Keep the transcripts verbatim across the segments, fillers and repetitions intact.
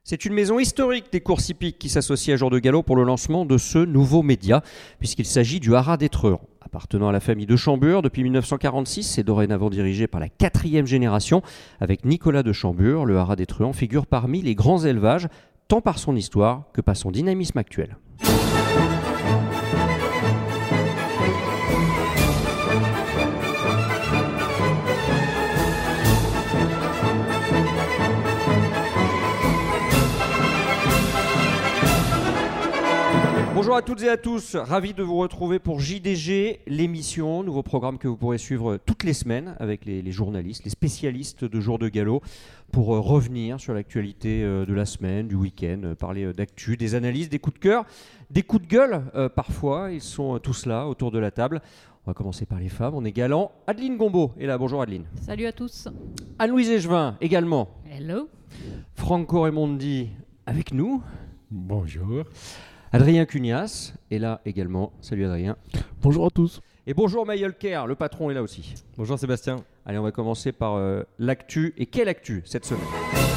C'est une maison historique des courses hippiques qui s'associe à Jour de Galop pour le lancement de ce nouveau média, puisqu'il s'agit du Haras des Truands. Appartenant à la famille de Chambure depuis mille neuf cent quarante-six, c'est dorénavant dirigé par la quatrième génération. Avec Nicolas de Chambure, le Haras des Truands figure parmi les grands élevages, tant par son histoire que par son dynamisme actuel. Bonjour à toutes et à tous, ravi de vous retrouver pour J D G, l'émission, nouveau programme que vous pourrez suivre toutes les semaines avec les, les journalistes, les spécialistes de Jour de Galop pour euh, revenir sur l'actualité euh, de la semaine, du week-end, euh, parler euh, d'actu, des analyses, des coups de cœur, des coups de gueule euh, parfois, ils sont euh, tous là autour de la table. On va commencer par les femmes, on est galant. Adeline Gombeau est là, bonjour Adeline. Salut à tous. Anne-Louise Echevin également. Hello. Franco Raimondi avec nous. Bonjour. Adrien Cugnas est là également. Salut Adrien. Bonjour à tous. Et bonjour Maël Kerr, le patron est là aussi. Bonjour Sébastien. Allez, on va commencer par euh, l'actu. Et quelle actu cette semaine?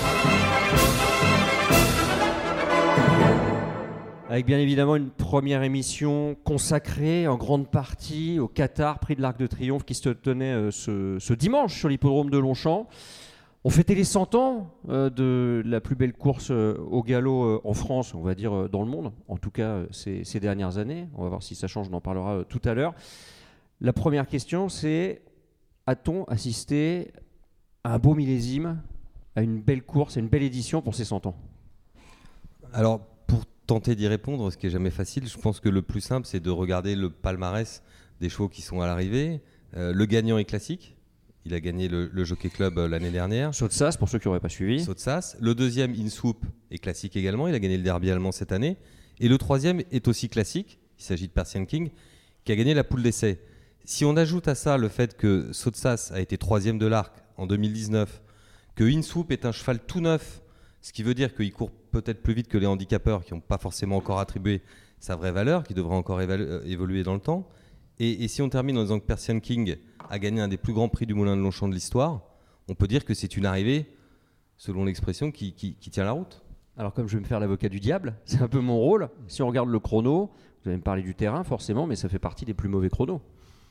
Avec bien évidemment une première émission consacrée en grande partie au Qatar, prix de l'Arc de Triomphe qui se tenait euh, ce, ce dimanche sur l'hippodrome de Longchamp. On fêtait les cent ans euh, de la plus belle course euh, au galop euh, en France, on va dire euh, dans le monde, en tout cas euh, ces, ces dernières années. On va voir si ça change, on en parlera euh, tout à l'heure. La première question, c'est a-t-on assisté à un beau millésime, à une belle course, à une belle édition pour ces cent ans? Alors, pour tenter d'y répondre, ce qui n'est jamais facile, je pense que le plus simple, c'est de regarder le palmarès des chevaux qui sont à l'arrivée. Euh, le gagnant est classique. Il a gagné le, le Jockey Club euh, l'année dernière. Sotsas, pour ceux qui n'auraient pas suivi. Sotsas. Le deuxième, InSwoop, est classique également. Il a gagné le derby allemand cette année. Et le troisième est aussi classique. Il s'agit de Persian King, qui a gagné la poule d'essai. Si on ajoute à ça le fait que Sotsas a été troisième de l'Arc en deux mille dix-neuf, que InSwoop est un cheval tout neuf, ce qui veut dire qu'il court peut-être plus vite que les handicapeurs qui n'ont pas forcément encore attribué sa vraie valeur, qui devrait encore évalu- évoluer dans le temps. Et, et si on termine en disant que Persian King a gagné un des plus grands prix du Moulin de Longchamp de l'histoire, on peut dire que c'est une arrivée, selon l'expression, qui, qui, qui tient la route. Alors comme je vais me faire l'avocat du diable, c'est un peu mon rôle. Si on regarde le chrono, vous allez me parler du terrain forcément, mais ça fait partie des plus mauvais chronos.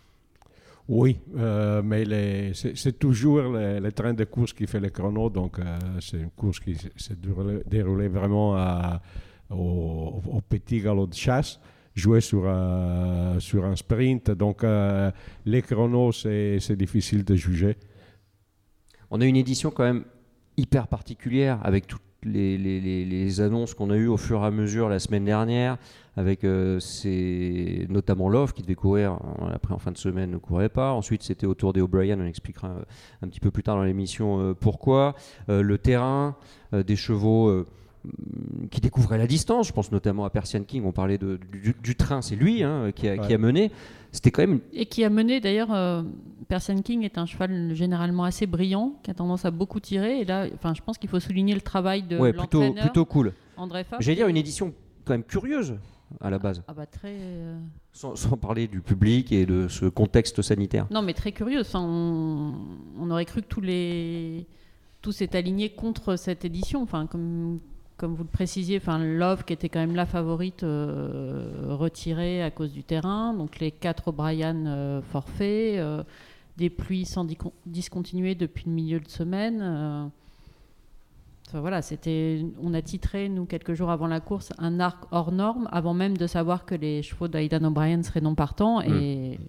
Oui, euh, mais les, c'est, c'est toujours le, le train de course qui fait le chrono, donc euh, c'est une course qui s'est déroulée, déroulée vraiment à, au, au petit galop de chasse, joué sur, euh, sur un sprint, donc euh, les chronos, c'est, c'est difficile de juger. On a une édition quand même hyper particulière avec toutes les, les, les, les annonces qu'on a eues au fur et à mesure la semaine dernière, avec euh, ces, notamment Love qui devait courir, après en fin de semaine ne courait pas. Ensuite c'était au Tour des O'Brien, on expliquera euh, un petit peu plus tard dans l'émission euh, pourquoi. Euh, le terrain, euh, des chevaux... Euh, qui découvrait la distance, je pense notamment à Persian King, on parlait de, du, du train, c'est lui hein, qui, a, ouais. qui a mené, c'était quand même... Une... Et qui a mené d'ailleurs, euh, Persian King est un cheval généralement assez brillant, qui a tendance à beaucoup tirer, et là enfin, je pense qu'il faut souligner le travail de ouais, l'entraîneur, plutôt, plutôt cool. André Fabre. J'allais dire une édition quand même curieuse à la base, ah, bah très, euh... sans, sans parler du public et de ce contexte sanitaire. Non mais très curieuse, enfin, on, on aurait cru que tous les... tout s'est aligné contre cette édition, enfin comme... Comme vous le précisiez, enfin, Love qui était quand même la favorite euh, retirée à cause du terrain, donc les quatre O'Brien euh, forfaits, euh, des pluies sans di- discontinuer depuis le milieu de semaine. Euh, enfin, voilà, c'était, on a titré, nous, quelques jours avant la course, un arc hors norme, avant même de savoir que les chevaux d'Aidan O'Brien seraient non partants. Mmh. Et...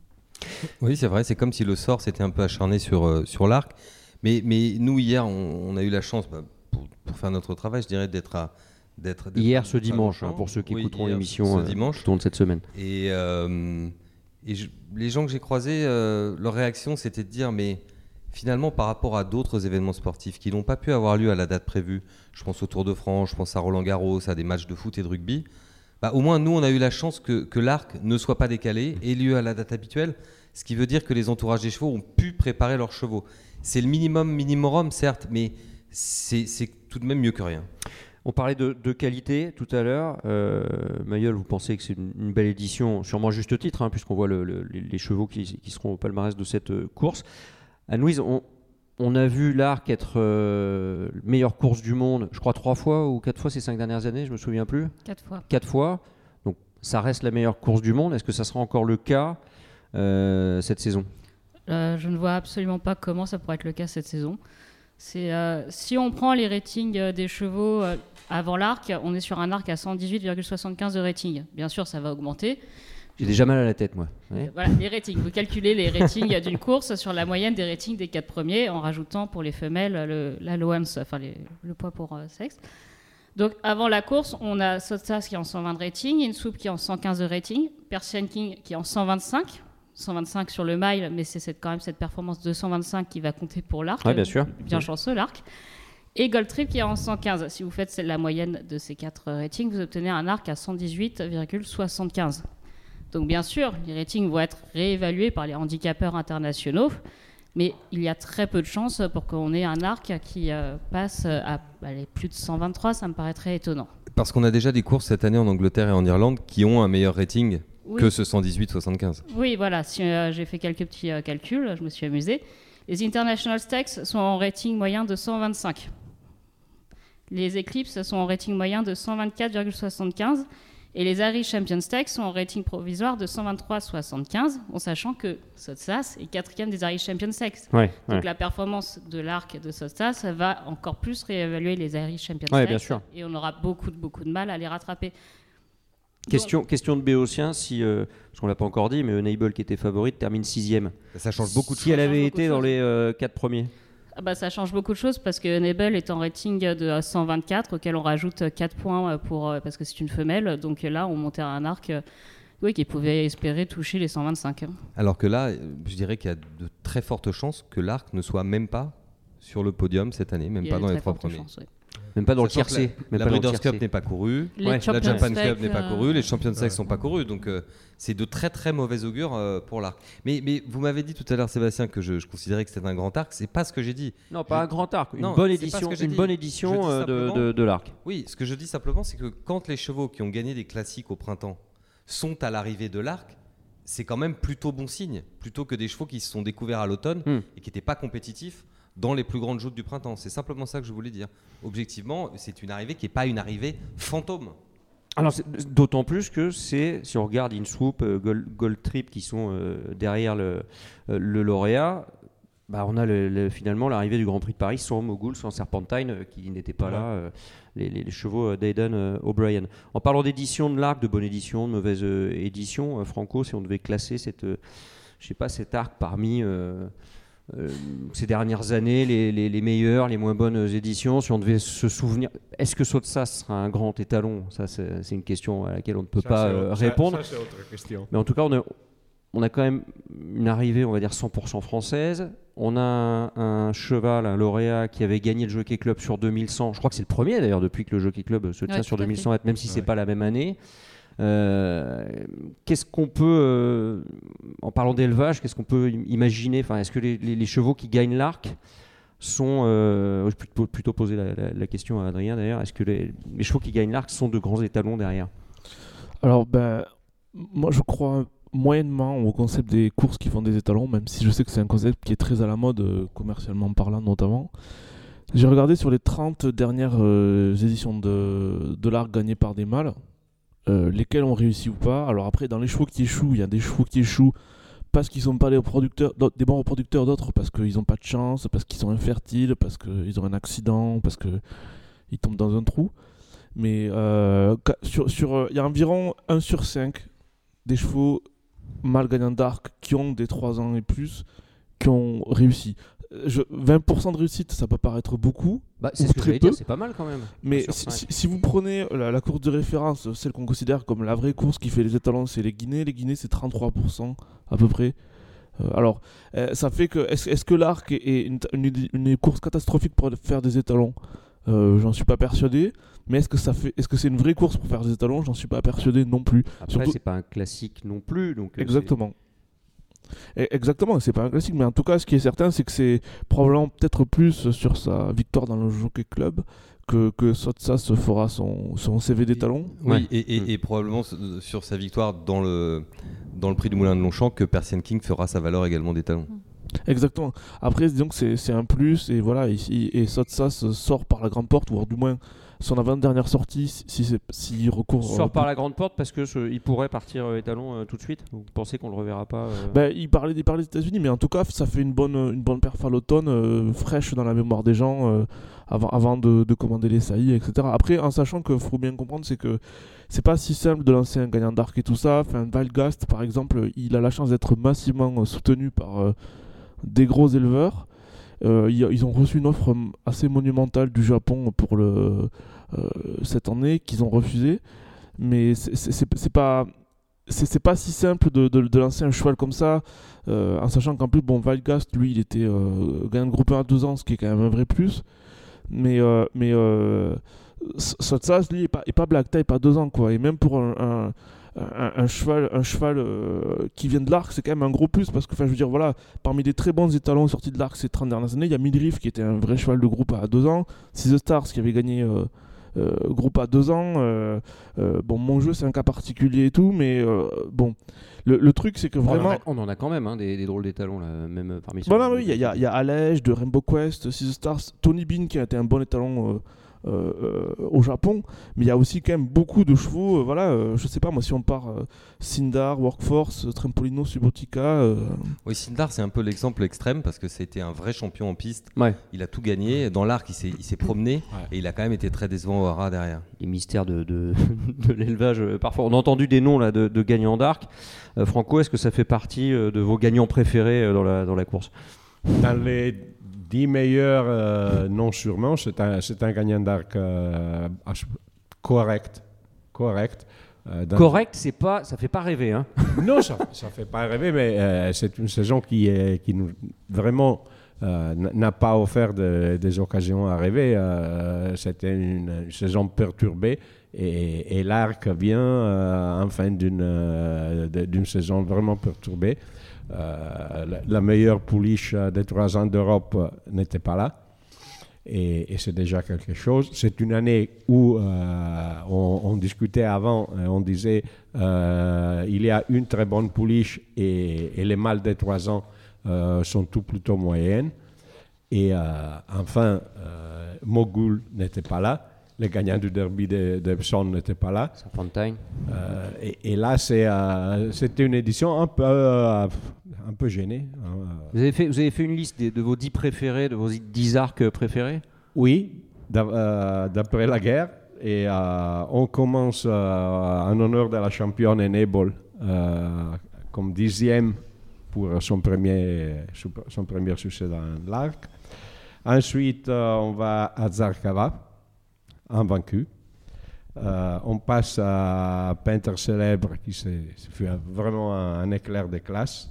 Oui, c'est vrai, c'est comme si le sort s'était un peu acharné sur, euh, sur l'arc. Mais, mais nous, hier, on, on a eu la chance... Bah, Pour, pour faire notre travail, je dirais d'être à d'être, d'être hier ce dimanche hein, pour ceux qui oui, écouteront l'émission ce, ce dimanche, euh, tout au long de cette semaine. Et, euh, et je, les gens que j'ai croisés, euh, leur réaction c'était de dire mais finalement par rapport à d'autres événements sportifs qui n'ont pas pu avoir lieu à la date prévue, je pense au Tour de France, je pense à Roland Garros, à des matchs de foot et de rugby, bah, au moins nous on a eu la chance que, que l'arc ne soit pas décalé et ait lieu à la date habituelle, ce qui veut dire que les entourages des chevaux ont pu préparer leurs chevaux. C'est le minimum minimum certes, mais C'est, c'est tout de même mieux que rien. On parlait de, de qualité tout à l'heure. Euh, Mayol, vous pensez que c'est une, une belle édition, sûrement à juste titre, hein, puisqu'on voit le, le, les, les chevaux qui, qui seront au palmarès de cette course. Anne-Louise, on, On a vu l'Arc être euh, meilleure course du monde, je crois trois fois ou quatre fois ces cinq dernières années, je me souviens plus. Quatre fois. Quatre fois. Donc ça reste la meilleure course du monde. Est-ce que ça sera encore le cas euh, cette saison ? Euh, je ne vois absolument pas comment ça pourrait être le cas cette saison. C'est, euh, si on prend les ratings euh, des chevaux euh, avant l'Arc, on est sur un Arc à cent dix-huit virgule soixante-quinze de rating. Bien sûr, ça va augmenter. J'ai déjà mal à la tête, moi. Ouais. Voilà, les ratings. Vous calculez les ratings d'une course sur la moyenne des ratings des quatre premiers en rajoutant pour les femelles le, l'allowance, enfin les, le poids pour euh, sexe. Donc avant la course, on a Sotsas qui est en cent vingt de rating, Insoup qui est en cent quinze de rating, Persian King qui est en cent vingt-cinq. cent vingt-cinq sur le mile, mais c'est cette, quand même cette performance de cent vingt-cinq qui va compter pour l'Arc. Ouais, bien sûr. Bien chanceux, l'Arc. Et Gold Trip qui est en cent quinze. Si vous faites la moyenne de ces quatre ratings, vous obtenez un Arc à cent dix-huit virgule soixante-quinze. Donc bien sûr, les ratings vont être réévalués par les handicapeurs internationaux, mais il y a très peu de chances pour qu'on ait un Arc qui euh, passe à allez, plus de cent vingt-trois, ça me paraîtrait étonnant. Parce qu'on a déjà des courses cette année en Angleterre et en Irlande qui ont un meilleur rating Oui. que ce cent dix-huit soixante-quinze. Oui, voilà, si, euh, j'ai fait quelques petits euh, calculs, je me suis amusée. Les International Stakes sont en rating moyen de cent vingt-cinq. Les Eclipse sont en rating moyen de cent vingt-quatre virgule soixante-quinze. Et les Irish Champion Stakes sont en rating provisoire de cent vingt-trois virgule soixante-quinze, en sachant que Sotsas est quatrième des Irish Champion Stakes. Ouais, Donc ouais. la performance de l'Arc de Sotsas va encore plus réévaluer les Irish Champion Ouais, Stakes. bien sûr. Et on aura beaucoup, beaucoup de mal à les rattraper. Question, question de Béotien, si, euh, parce qu'on l'a pas encore dit, mais Enable qui était favorite termine sixième. Ça change beaucoup de Si choses. elle Ça avait change été beaucoup dans de les euh, quatre premiers. Ah bah, ça change beaucoup de choses parce que Enable est en rating de cent vingt-quatre, auquel on rajoute quatre points pour, parce que c'est une femelle. Donc là, on montait à un Arc euh, oui, qui pouvait espérer toucher les cent vingt-cinq. Alors que là, je dirais qu'il y a de très fortes chances que l'Arc ne soit même pas sur le podium cette année, même Il y a pas de dans les très trois fortes premiers. chances, ouais. Même pas dans Sachant le que tiercé. La, Même la pas dans le Breeders' tiercé. Cup n'est pas courue, Les Ouais, la Champions Japan Stakes, Club n'est pas euh, courue, les Champions Stakes sont pas courus, donc euh, c'est de très très mauvais augure euh, pour l'Arc. Mais, mais vous m'avez dit tout à l'heure, Sébastien, que je, je considérais que c'était un grand arc. C'est pas ce que j'ai dit. Non, pas Je- un grand arc. Une Non, bonne c'est pas ce édition, que j'ai une dit. bonne Je édition dis euh, de, simplement- de, de l'arc. Oui, ce que je dis simplement, c'est que quand les chevaux qui ont gagné des classiques au printemps sont à l'arrivée de l'Arc, c'est quand même plutôt bon signe, plutôt que des chevaux qui se sont découverts à l'automne Hmm. et qui n'étaient pas compétitifs dans les plus grandes joutes du printemps. C'est simplement ça que je voulais dire. Objectivement, c'est une arrivée qui n'est pas une arrivée fantôme. Alors, c'est- d'autant plus que c'est, si on regarde Insoup, euh, Gold, Gold Trip qui sont euh, derrière le, euh, le lauréat, bah, on a le- le- finalement l'arrivée du Grand Prix de Paris sans Mogul, sans Serpentine, euh, qui n'était pas Ouais. là, euh, les, les- les chevaux euh, d'Aidan euh, O'Brien. En parlant d'édition de l'arc, de bonne édition, de mauvaise euh, édition, euh, Franco, si on devait classer cette, euh, je sais pas, cet arc parmi euh, euh, ces dernières années, les, les- les meilleures, les moins bonnes éditions, si on devait se souvenir, est-ce que Sotsas sera un grand étalon? Ça, c'est, c'est une question à laquelle on ne peut Ça, pas c'est- euh, ça- répondre. Ça, c'est autre question. Mais en tout cas, on a, on a quand même une arrivée, on va dire, cent pour cent française. On a un, un cheval, un lauréat qui avait gagné le Jockey Club sur deux mille cent. Je crois que c'est le premier d'ailleurs depuis que le Jockey Club se tient Ouais, sur tout à deux mille cent, même si c'est Ouais. pas la même année. Euh, qu'est-ce qu'on peut, euh, en parlant d'élevage, qu'est-ce qu'on peut im- imaginer? Enfin, est-ce que les, les- les chevaux qui gagnent l'arc sont, euh, je vais plutôt, plutôt poser la, la- la question à Adrien d'ailleurs, est-ce que les, les chevaux qui gagnent l'arc sont de grands étalons derrière? Alors, ben, moi je crois moyennement au concept des courses qui font des étalons, même si je sais que c'est un concept qui est très à la mode, euh, commercialement parlant notamment. J'ai regardé sur les trente dernières euh, éditions de, de l'arc gagnées par des mâles, euh, lesquels ont réussi ou pas. Alors après, dans les chevaux qui échouent, il y a des chevaux qui échouent parce qu'ils sont pas des, reproducteurs, d'autres- des bons reproducteurs, d'autres parce qu'ils n'ont pas de chance, parce qu'ils sont infertiles, parce qu'ils ont un accident, parce qu'ils tombent dans un trou. Mais euh, ca- sur, sur, euh, il y a environ un sur cinq des chevaux mâles gagnants d'arc qui ont des trois ans et plus qui ont réussi. Euh, Je, vingt pour cent de réussite, ça peut paraître beaucoup, Bah, c'est Ou ce que très j'allais dire, peu. c'est pas mal quand même. mais Un sur si, cinq. si- si vous prenez la, la course de référence, celle qu'on considère comme la vraie course qui fait les étalons, c'est les Guinées. Les Guinées, c'est trente-trois pour cent à peu près. Euh, alors, euh, ça fait que, est-ce, est-ce que l'arc est, est une, une- une course catastrophique pour faire des étalons? Euh, J'en suis pas persuadé. Mais est-ce que, ça fait, est-ce que c'est une vraie course pour faire des étalons? J'en suis pas persuadé non plus. Après, Surtout- c'est pas un classique non plus. Donc, euh, Exactement. Et- Exactement, c'est pas un classique, mais en tout cas, ce qui est certain, c'est que c'est probablement peut-être plus sur sa victoire dans le Jockey Club que, que Sotsas se fera son, son C V d'étalon. Oui, Ouais. et, et- Mm. et probablement s- sur sa victoire dans le, dans le prix du Moulin de Longchamp que Persian King fera sa valeur également d'étalon. Exactement. Après, disons que c'est, c'est un plus, et voilà, ici, et Sotsas sort par la grande porte, ou du moins son avant-dernière sortie, si, si, c'est, si recourt. Sort euh, par la grande porte parce que ce- il pourrait partir euh, étalon euh, tout de suite. Vous pensez qu'on le reverra pas euh Ben, il parlait des, parlait des États-Unis, mais en tout cas, ça fait une bonne, une bonne perf à l'automne, euh, fraîche dans la mémoire des gens, euh, avant, avant de, de commander les saillies, et cetera. Après, en sachant qu'il faut bien comprendre, c'est que c'est pas si simple de lancer un gagnant d'arc et tout ça. Enfin, Valgast, par exemple, il a la chance d'être massivement euh, soutenu par euh, des gros éleveurs. Euh, ils, ils ont reçu une offre euh, assez monumentale du Japon pour le, euh, cette année, qu'ils ont refusé. Mais c'est, c'est, c'est, c'est pas. C'est, c'est pas si simple de, de, de lancer un cheval comme ça, euh, en sachant qu'en plus, bon, Valgast, lui, il était euh, gagnant de groupe un à deux ans, ce qui est quand même un vrai plus. Mais, euh, mais euh, Sotsas, lui, est pas, est pas black tie, pas deux ans, quoi. Et même pour un, un, un, un cheval, un cheval euh, qui vient de l'arc, c'est quand même un gros plus, parce que, enfin, je veux dire, voilà, parmi les très bons étalons sortis de l'arc ces trente dernières années, il y a Midriff qui était un vrai cheval de groupe à deux ans, Six Stars qui avait gagné. Euh, Euh, groupe à deux ans, euh, euh, bon, mon jeu c'est un cas particulier et tout, mais euh, bon, le, le truc c'est que vraiment. on, en a, on en a quand même hein, des, des drôles d'étalons là, même parmi ceux. Voilà, oui, il y, y, y a Alège de Rainbow Quest, Six Stars, Tony Bean qui a été un bon étalon euh, euh, euh, au Japon, mais il y a aussi quand même beaucoup de chevaux. Euh, voilà, euh, je sais pas moi si on part euh, Sindar, Workforce, Trampolino, Subotica. Euh... Oui, Sindar c'est un peu l'exemple extrême parce que c'était un vrai champion en piste. Ouais. Il a tout gagné. Dans l'arc, il s'est, il s'est promené Ouais. et il a quand même été très décevant au hara derrière. Les mystères de, de, de l'élevage. euh, Parfois, on a entendu des noms là, de, de gagnants d'arc. Euh, Franco, est-ce que ça fait partie euh, de vos gagnants préférés euh, dans, la, dans la course? Dans les dix meilleurs, euh, non sûrement, c'est un, c'est un gagnant d'arc euh, correct. Correct. Euh, dans- Correct, c'est pas, ça fait pas rêver. Hein. Non, ça ne fait pas rêver, mais euh, c'est une saison qui, est, qui nous, vraiment euh, n'a pas offert de- des occasions à rêver. Euh, c'était une, une saison perturbée et, et l'arc vient euh, en fin d'une, euh, de- d'une saison vraiment perturbée. Euh, la, la meilleure pouliche des trois ans d'Europe n'était pas là. Et, et c'est déjà quelque chose. C'est une année où euh, on, on discutait avant, euh, on disait euh, il y a une très bonne pouliche et, et les mâles des trois ans euh, sont tout plutôt moyennes. Et euh, enfin, euh, Mogul n'était pas là. Les gagnants du derby de- d'Epsom n'étaient pas là. Serpentine. Euh, et, et là, c'est, euh, c'était une édition un peu, euh, un peu gênée. hein. Vous avez fait, vous avez fait une liste des- de vos dix préférés, de vos dix arcs préférés? Oui, d'a- euh, d'après la guerre. Et euh, on commence euh, en honneur de la championne Enable euh, comme dixième pour son premier, son premier succès dans l'arc. Ensuite, euh, on va à Zarkava, invaincu. Euh, on passe à Peintre Célèbre, qui s'est- fut un- vraiment un, un éclair de classe.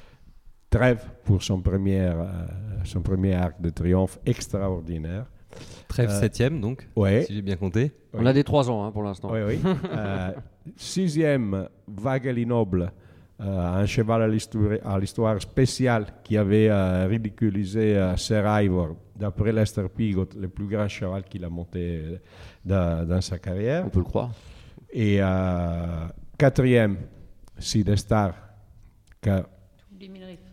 Trèves pour son premier, euh, son premier arc de triomphe extraordinaire. Trèves Euh, septième donc, Ouais. si j'ai bien compté. On a des trois ans hein, pour l'instant. Oui, oui. Euh, sixième, Vageli Noble, euh, un cheval à l'histoire, à l'histoire spéciale qui avait euh, ridiculisé euh, Sir Ivor, d'après Lester Pigot, le plus grand cheval qu'il a monté euh, dans, dans sa carrière. On peut le croire. Et euh, quatrième, Seed Star. que- Les mille riffs.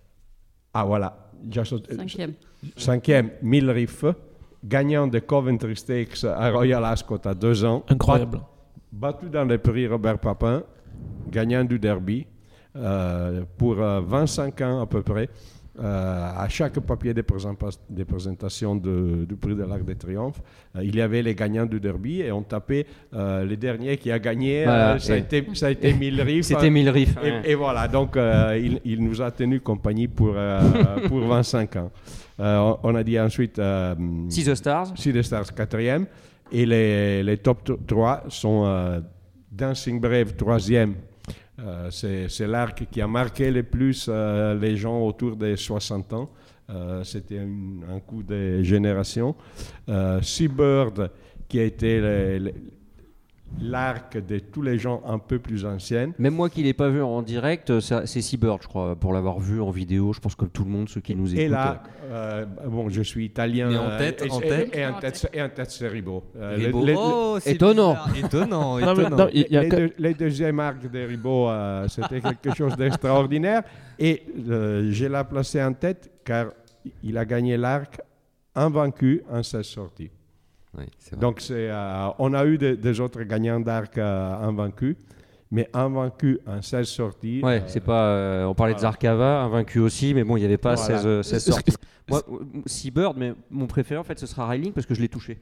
ah voilà, Just- euh, Cinquième. cinquième, Mill Riff, gagnant de Coventry Stakes à Royal Ascot à deux ans. Incroyable. Battu dans les prix Robert Papin, gagnant du derby, euh, pour euh, vingt-cinq ans à peu près. Euh, à chaque papier de, présenta- de présentation de- du prix de l'Arc de Triomphe, euh, il y avait les gagnants du derby et on tapait euh, les derniers qui a gagné. Voilà, euh, ça, a et- été, ça a été Mill Riff. C'était mille riffs. Et, ouais. et voilà, donc euh, il, il nous a tenu compagnie pour, euh, pour vingt-cinq ans. Euh, on a dit ensuite euh, Six The Stars. Seed Stars quatrième. Et les, les top t- trois sont euh, Dancing Brave troisième. Euh, c'est, c'est l'arc qui a marqué le plus euh, les gens autour des soixante ans. Euh, c'était une- un coup de génération. Euh, Seabird qui a été le- le- l'arc de tous les gens un peu plus anciens. Même moi qui ne l'ai pas vu en direct, ça- c'est Seabird, je crois, pour l'avoir vu en vidéo. Je pense comme tout le monde, ceux qui nous écoutent. Et là, euh, bon, je suis italien. Mais en euh, tête, et, en et- tête. et en tête, et en tête, c'est Ribot. Euh, les- Ribot. les- Oh, c'est Étonnant. bizarre. Étonnant, Non, mais- étonnant. non, il y a les, que- deux- les deuxièmes arcs de Ribot, euh, c'était quelque chose d'extraordinaire. Et euh, je l'ai placé en tête car il a gagné l'arc invaincu en seize sorties. Oui, c'est vrai. Donc, c'est, euh, on a eu des, des autres gagnants d'arc euh, invaincus, mais invaincu en seize sorties. Ouais, euh, c'est pas. euh, on parlait de voilà. Zarkava, invaincu aussi, mais bon, il n'y avait pas Voilà. seize, euh, seize Est-ce- sorties. est-ce- Moi, euh, Seabird, mais mon préféré en fait, ce sera Reiling parce que je l'ai touché.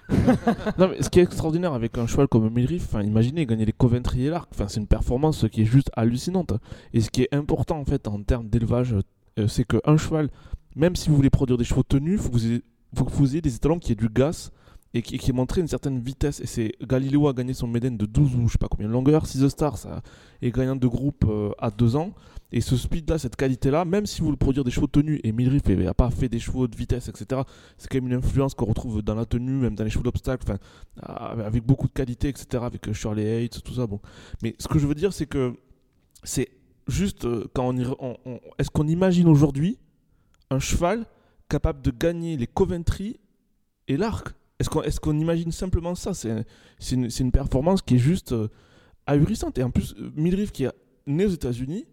Non, mais ce qui est extraordinaire avec un cheval comme Midriff, enfin, imaginez gagner les Coventry et l'Arc, enfin, c'est une performance qui est juste hallucinante. Et ce qui est important en fait en termes d'élevage, euh, c'est qu'un cheval, même si vous voulez produire des chevaux tenus, il faut que vous ayez, faut que vous ayez des étalons qui aient du gaz et qui, qui aient montré une certaine vitesse. Et c'est Galileo a gagné son Méden de douze ou je sais pas combien de longueur, six Star, ça est gagnant de groupe euh, à deux ans. Et ce speed-là, cette qualité-là, même si vous voulez produire des chevaux tenus, et Midriff n'a pas fait des chevaux de vitesse, et cetera, c'est quand même une influence qu'on retrouve dans la tenue, même dans les chevaux d'obstacle, enfin, euh, avec beaucoup de qualité, et cetera, avec euh, Shirley Heights, tout ça. Bon. Mais ce que je veux dire, c'est que c'est juste euh, quand on, y re- on- on- est-ce qu'on imagine aujourd'hui un cheval capable de gagner les Coventry et l'Arc? Est-ce qu'on, est-ce qu'on imagine simplement ça? C'est, c'est, une, c'est une performance qui est juste euh, ahurissante. Et en plus, euh, Midriff qui est né aux États-Unis,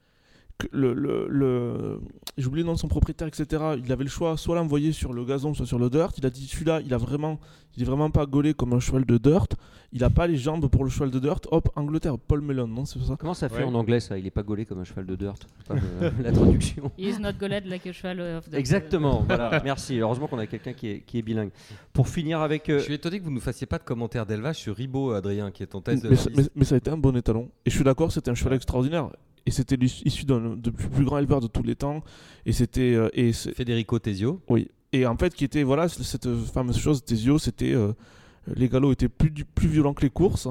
que le, le, le, j'ai oublié le nom de son propriétaire, et cetera. Il avait le choix, soit l'envoyer sur le gazon, soit sur le dirt. Il a dit celui-là, il a vraiment, il est vraiment pas gaulé comme un cheval de dirt. Il a pas les jambes pour le cheval de dirt. Hop, Angleterre, Paul Mellon, non, c'est ça. Comment ça fait Ouais. en anglais ça? Il est pas gaulé comme un cheval de dirt. C'est pas le- la traduction. He is not goled like a cheval of the... Exactement. Voilà. Merci. Heureusement qu'on a quelqu'un qui est, qui est bilingue. Pour finir avec. euh, Je suis étonné que vous ne nous fassiez pas de commentaires d'élevage sur Ribot, Adrien, qui est en tête de Mais, la ça- liste. mais- mais ça a été un bon étalon. Et je suis d'accord, c'était un cheval extraordinaire. Et c'était l'is- issu d'un des plus, plus grands éleveurs de tous les temps. Et c'était. euh, et c'est- Federico Tesio. oui. Et en fait, qui était. Voilà, c- cette fameuse chose, Tesio, c'était. euh, les galops étaient plus, du- plus violents que les courses.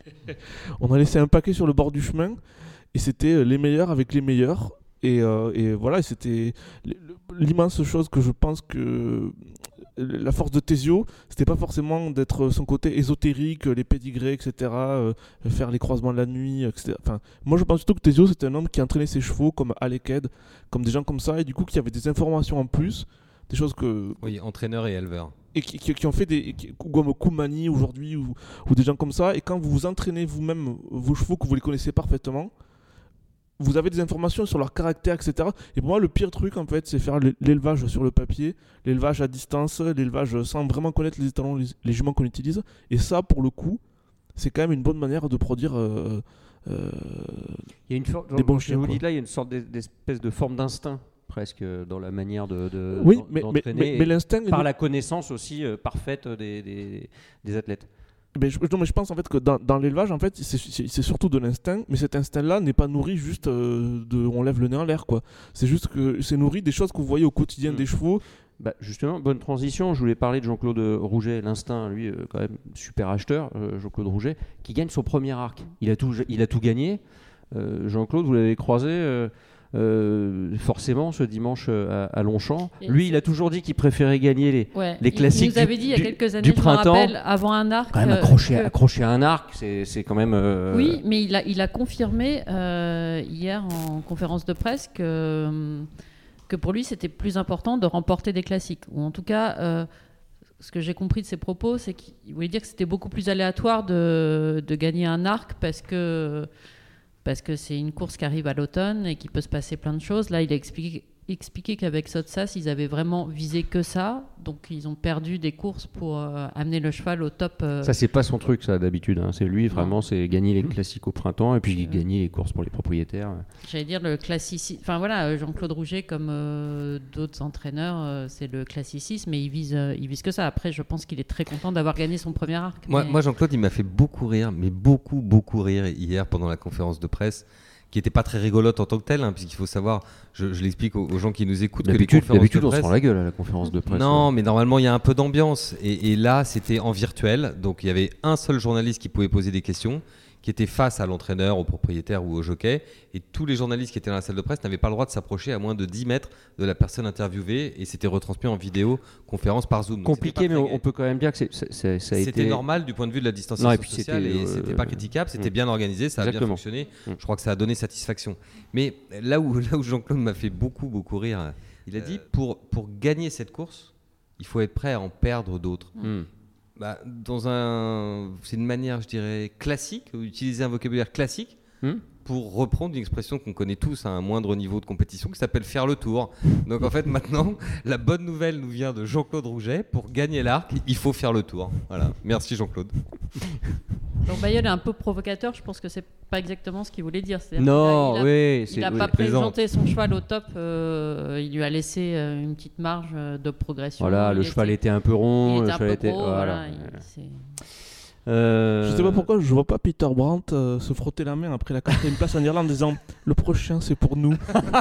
On a laissé un paquet sur le bord du chemin. Et c'était euh, les meilleurs avec les meilleurs. Et, euh, et voilà, et c'était l- l'immense chose que je pense que la force de Tesio, c'était pas forcément d'être son côté ésotérique, les pédigrés, et cetera, euh, faire les croisements de la nuit, et cetera. Enfin, moi je pense surtout que Tesio c'était un homme qui entraînait ses chevaux comme Aleked, comme des gens comme ça, et du coup qui avait des informations en plus, des choses que Oui, entraîneur et éleveur. et qui, qui- qui ont fait des qui- comme Koumani aujourd'hui ou, ou des gens comme ça, et quand vous vous entraînez vous-même vos chevaux que vous les connaissez parfaitement, vous avez des informations sur leur caractère, et cetera. Et pour moi, le pire truc, en fait, c'est faire l'é- l'élevage sur le papier, l'élevage à distance, l'élevage sans vraiment connaître les étalons, les, les juments qu'on utilise. Et ça, pour le coup, c'est quand même une bonne manière de produire euh, euh, Il y a une sorte. des bons je chiens, vous quoi. dis là, il y a une sorte d'es- d'espèce de forme d'instinct presque dans la manière de. de Oui, d'en- mais, mais, d'entraîner mais, et mais l'instinct... par la connaissance aussi euh, parfaite des, des, des athlètes. Mais je, non, mais je pense en fait que dans, dans l'élevage, en fait, c'est- c'est c'est surtout de l'instinct, mais cet instinct-là n'est pas nourri juste euh, de on lève le nez en l'air, quoi. C'est juste que c'est nourri des choses que vous voyez au quotidien Mm. des chevaux. Bah, justement, bonne transition. Je voulais parler de Jean-Claude Rouget, l'instinct, lui, euh, quand même super acheteur, euh, Jean-Claude Rouget, qui gagne son premier arc. Il a tout, il a tout gagné. Euh, Jean-Claude, vous l'avez croisé euh, euh, forcément ce dimanche euh, à, à Longchamp. Et Lui, c'est- il a toujours dit qu'il préférait gagner les, Ouais. les Il- classiques Il nous avait du- dit il y a du- quelques années, du je me printemps. rappelle, avant un arc. Quand même euh, accroché, que- accroché à un arc, c'est, c'est quand même. euh, Oui, mais il a, il a confirmé euh, hier en conférence de presse que, que pour lui, c'était plus important de remporter des classiques. Ou en tout cas, euh, ce que j'ai compris de ses propos, c'est qu'il voulait dire que c'était beaucoup plus aléatoire de, de gagner un arc parce que, parce que c'est une course qui arrive à l'automne et qu'il peut se passer plein de choses. Là, il a expliqué, expliqué qu'avec Sotsas, ils avaient vraiment visé que ça. Donc, ils ont perdu des courses pour euh, amener le cheval au top. euh, Ça, c'est pas son truc, ça, d'habitude. hein. C'est lui, vraiment, c'est gagner les classiques au printemps et puis gagner les courses pour les propriétaires. J'allais dire le classicisme. Enfin voilà, euh, Jean-Claude Rouget, comme euh, d'autres entraîneurs, euh, c'est le classicisme, mais il vise, euh, il vise que ça. Après, je pense qu'il est très content d'avoir gagné son premier arc. Moi, mais- moi, Jean-Claude, il m'a fait beaucoup rire, mais beaucoup, beaucoup rire hier pendant la conférence de presse, qui n'était pas très rigolote en tant que telle, hein, puisqu'il faut savoir, je, je l'explique aux, aux gens qui nous écoutent, que les D'habitude, conférences d'habitude de on se presse... prend la gueule à la conférence de presse. Non, hein. mais normalement, il y a un peu d'ambiance. Et, et là, c'était en virtuel. Donc, il y avait un seul journaliste qui pouvait poser des questions, qui était face à l'entraîneur, au propriétaire ou au jockey, et tous les journalistes qui étaient dans la salle de presse n'avaient pas le droit de s'approcher à moins de dix mètres de la personne interviewée, et c'était retransmis en vidéo, conférence par Zoom. Donc, compliqué, mais on, on peut quand même dire que c'est, c'est, c'est, ça a c'était été... normal du point de vue de la distanciation non, et puis sociale, c'était, et euh, c'était pas critiquable, c'était mm. bien organisé, ça a Exactement. bien fonctionné. Mm. Je crois que ça a donné satisfaction. Mais là où, là où Jean-Claude m'a fait beaucoup, beaucoup rire, il a dit pour, pour gagner cette course, il faut être prêt à en perdre d'autres. Mm. Bah, dans un, c'est une manière, je dirais, classique, utiliser un vocabulaire classique mm. pour reprendre une expression qu'on connaît tous à un moindre niveau de compétition qui s'appelle faire le tour. Donc en fait, maintenant, la bonne nouvelle nous vient de Jean-Claude Rouget. Pour gagner l'arc, il faut faire le tour. Voilà. Merci Jean-Claude. Donc Bayeul est un peu provocateur, je pense que c'est pas exactement ce qu'il voulait dire. C'est-à-dire Non, qu'il a- il a- oui, Il n'a oui. pas présenté son cheval au top, euh, il lui a laissé euh, une petite marge euh, de progression. Voilà, Il le était- cheval était un peu rond, il le était un cheval peu était... gros, voilà. voilà, il- c'est- Euh, Je sais pas pourquoi je vois pas Peter Brandt euh, se frotter la main après la quatrième place en Irlande en disant le prochain c'est pour nous.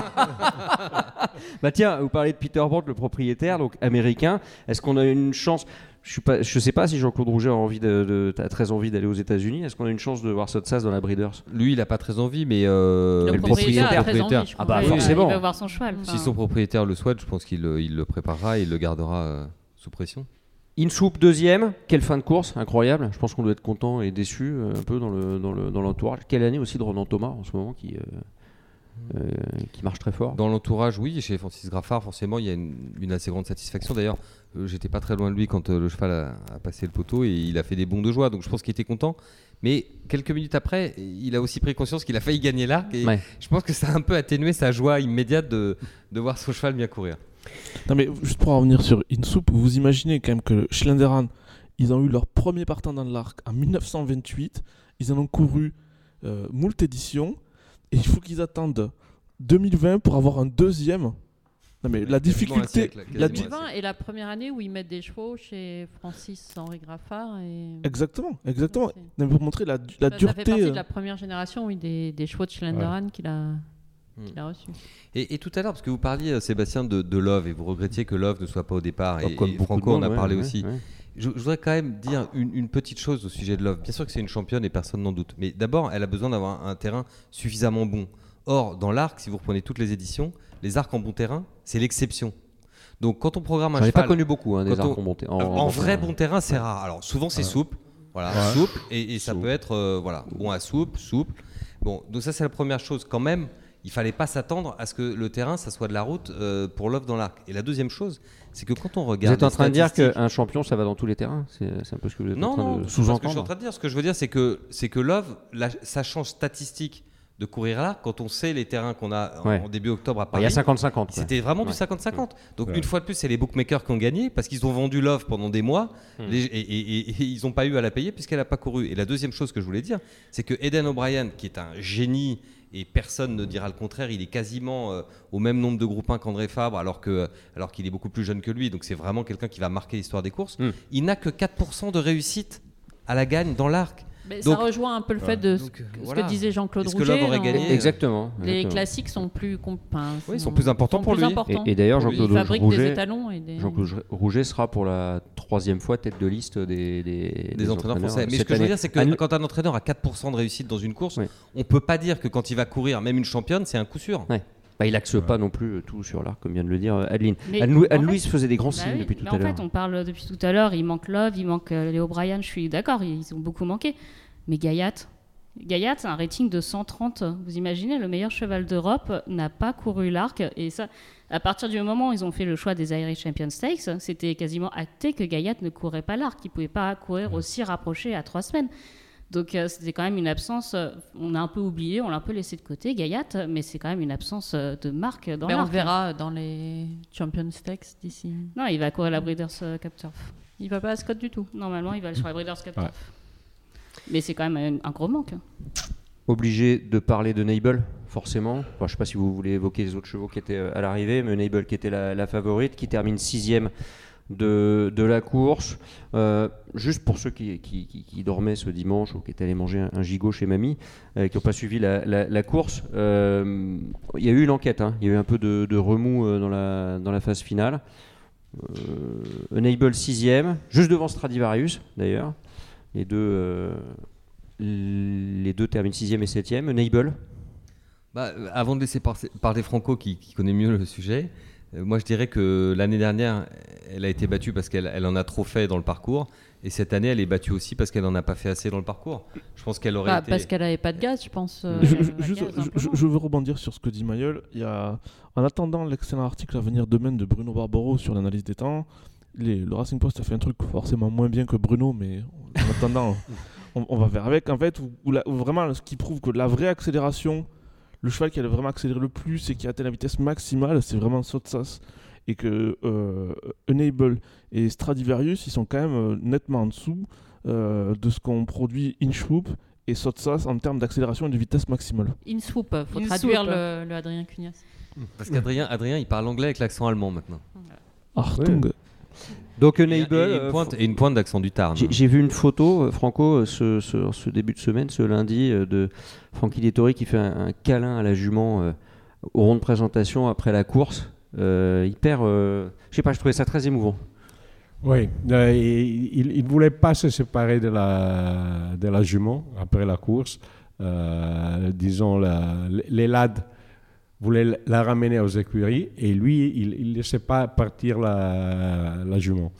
Bah tiens, vous parlez de Peter Brandt, le propriétaire, donc américain. Est-ce qu'on a une chance? Je suis pas, je sais pas si Jean-Claude Rouget a envie de, de- a très envie d'aller aux États-Unis. Est-ce qu'on a une chance de voir Sotsas dans la Breeders? Lui, il n'a pas très envie, mais euh, Le le propriétaire a très propriétaire. envie, je Ah crois. bah, Ouais, forcément. Il va voir son cheval. Si Enfin, son propriétaire le souhaite, je pense qu'il le, il le préparera et il le gardera euh, sous pression. Insoup deuxième, quelle fin de course, incroyable. Je pense qu'on doit être content et déçu euh, un peu dans le dans le dans l'entourage. Quelle année aussi de Ronan Thomas en ce moment qui euh, euh, qui marche très fort. Dans l'entourage, oui, chez Francis Graffard, forcément, il y a une, une assez grande satisfaction. D'ailleurs, euh, j'étais pas très loin de lui quand euh, le cheval a, a passé le poteau et il a fait des bonds de joie, donc je pense qu'il était content. Mais quelques minutes après, il a aussi pris conscience qu'il a failli gagner l'arc et Ouais. je pense que ça a un peu atténué sa joie immédiate de, de voir son cheval bien courir. Non mais juste pour en revenir sur Insoup, vous imaginez quand même que Schlenderan, ils ont eu leur premier partant dans l'arc en mille neuf cent vingt-huit, ils en ont couru euh, moult éditions, et il faut qu'ils attendent deux mille vingt pour avoir un deuxième. Non mais la Quasiment un difficulté, siècle, la quasiment di- un siècle. vingt est la première année où ils mettent des chevaux chez Francis-Henri Graffard. Et... exactement, exactement. C'est- Non, mais pour montrer la, du- la ça, ça fait dureté. partie euh, de la première génération, oui, des, des chevaux de Schlenderan qu'il a, qu'il a reçus. Et, et tout à l'heure, parce que vous parliez, euh, Sébastien, de, de Love et vous regrettiez que Love ne soit pas au départ. Et, Comme et beaucoup Franco de en monde, a ouais, parlé ouais, aussi. ouais. Je, je voudrais quand même dire une, une petite chose au sujet de Love. Bien sûr que c'est une championne et personne n'en doute. Mais d'abord, elle a besoin d'avoir un, un terrain suffisamment bon. Or, dans l'arc, si vous reprenez toutes les éditions, les arcs en bon terrain, c'est l'exception. Donc, quand on programme un J'en ai cheval, pas connu beaucoup hein, des quand on- arcs en bonté. en, en vrai bon terrain, c'est rare. Alors, souvent, c'est souple. Voilà, Ouais. souple. Et, et ça Souple. peut être euh, voilà, bon à souple, souple. Bon, donc ça, c'est la première chose. Quand même, il fallait pas s'attendre à ce que le terrain, ça soit de la route euh, pour Love dans l'arc. Et la deuxième chose, c'est que quand on Vous regarde. êtes en les train de dire statistiques- qu'un champion, ça va dans tous les terrains? C'est, c'est un peu ce que vous êtes non, en train non, de c'est pas ce que je suis en sous-entendre. train de dire. Ce que je veux dire, c'est que, c'est que Love, la- sa chance statistique de courir là, quand on sait les terrains qu'on a en, Ouais. en début octobre à Il y Paris, a cinquante cinquante. quoi. c'était vraiment du Ouais. cinquante cinquante. Donc Ouais. une fois de plus, c'est les bookmakers qui ont gagné parce qu'ils ont vendu Love pendant des mois Hmm. les- et, et- et- et ils n'ont pas eu à la payer puisqu'elle n'a pas couru. Et la deuxième chose que je voulais dire, c'est que Eden O'Brien, qui est un génie et personne ne dira le contraire, il est quasiment euh, au même nombre de groupe un qu'André Fabre alors, que, alors qu'il est beaucoup plus jeune que lui. Donc c'est vraiment quelqu'un qui va marquer l'histoire des courses. Hmm. Il n'a que quatre pour cent de réussite à la gagne dans l'arc. Mais Donc- ça rejoint un peu le fait de ce, Donc, que- ce voilà. que disait Jean-Claude Est-ce que Rouget. Love aurait dans- gagné Exactement. Les exactement. classiques sont plus, comp- enfin, Oui, ils sont plus importants sont pour plus lui. importants. Et, et d'ailleurs, Pour lui. Jean-Claude Il fabrique des Rouget, étalons et des. Jean-Claude Rouget sera pour la troisième fois tête de liste des, des, Des entraîneurs français. Mais ce cette que je veux année. dire, c'est que Ah, nous- quand un entraîneur a quatre pour cent de réussite dans une course, Oui. on peut pas dire que quand il va courir, même une championne, c'est un coup sûr. Ouais. Bah, il axe pas non plus euh, tout sur l'arc, comme vient de le dire euh, Adeline. Mais Anne-Lou- en fait- Anne-Louise faisait des grands Bah signes oui, depuis tout mais à en l'heure. fait, on parle depuis tout à l'heure, il manque Love, il manque euh, Léo Bryan, je suis d'accord, ils ont beaucoup manqué. Mais Gayat, Gayat, c'est un rating de cent trente. Vous imaginez, le meilleur cheval d'Europe n'a pas couru l'arc. Et ça, à partir du moment où ils ont fait le choix des Irish Champion Stakes, c'était quasiment acté que Gayat ne courait pas l'arc. Il ne pouvait pas courir aussi rapproché à trois semaines. Donc euh, c'était quand même une absence, euh, on a un peu oublié, on l'a un peu laissé de côté, Gayat, mais c'est quand même une absence euh, de marque dans Mais on l'arc. le verra dans les Champions Stakes d'ici. Non, il va courir la Breeders' euh, Cup Turf. Il va pas à Scott du tout. Normalement, il va aller sur la Breeders' Cup Ouais. Turf. Mais c'est quand même un, un gros manque. Obligé de parler de Nable, forcément. Enfin, je ne sais pas si vous voulez évoquer les autres chevaux qui étaient euh, à l'arrivée, mais Nable qui était la, la favorite, qui termine sixième de, de la course. Euh, juste pour ceux qui, qui, qui- qui dormaient ce dimanche ou qui étaient allés manger un, un gigot chez mamie, euh, qui n'ont pas suivi la, la- la course, euh, il y a eu l'enquête, hein. Il y a eu un peu de, de remous euh, dans, la, dans la phase finale. Euh, Nable sixième, juste devant Stradivarius d'ailleurs. Les deux, euh, les deux terminent sixième et septième. Enable. Bah, euh, avant de laisser par- parler Franco, qui, qui connaît mieux le sujet, euh, moi je dirais que l'année dernière, elle a été battue parce qu'elle elle en a trop fait dans le parcours. Et cette année, elle est battue aussi parce qu'elle n'en a pas fait assez dans le parcours. Je pense qu'elle aurait Bah, été... parce qu'elle n'avait pas de gaz, je pense. euh, Je, je- la juste, gaz, je- simplement. je- je veux rebondir sur ce que dit Mayol. Il y a, en attendant l'excellent article à venir demain de Bruno Barbaro sur l'analyse des temps, les- le Racing Post a fait un truc forcément moins bien que Bruno, mais en attendant, on, on va faire avec. En fait, où, où la- où vraiment, ce qui prouve que la vraie accélération, le cheval qui a vraiment accéléré le plus et qui a atteint la vitesse maximale, c'est vraiment Sotsas. Et que euh, Enable et Stradivarius, ils sont quand même euh, nettement en dessous euh, de ce qu'on produit Inchwoop et Sotsas en termes d'accélération et de vitesse maximale. In-swoop, faut In-swoop. traduire le, le Adrien Cugnas. Parce qu'Adrien, Adrien, il parle anglais avec l'accent allemand maintenant. Artung. Donc Et, Enable. et euh, une, pointe, et une pointe d'accent du Tarn. J'ai j'ai vu une photo, euh, Franco, euh, ce, ce, ce début de semaine, ce lundi, euh, de Francky Dettori qui fait un, un câlin à la jument euh, au rond de présentation après la course. Euh, hyper. Euh, je sais pas, je trouvais ça très émouvant. Oui, euh, il ne voulait pas se séparer de la, de la jument après la course. Euh, disons, la, les lads voulaient la ramener aux écuries et lui, il ne laissait pas partir la, la jument.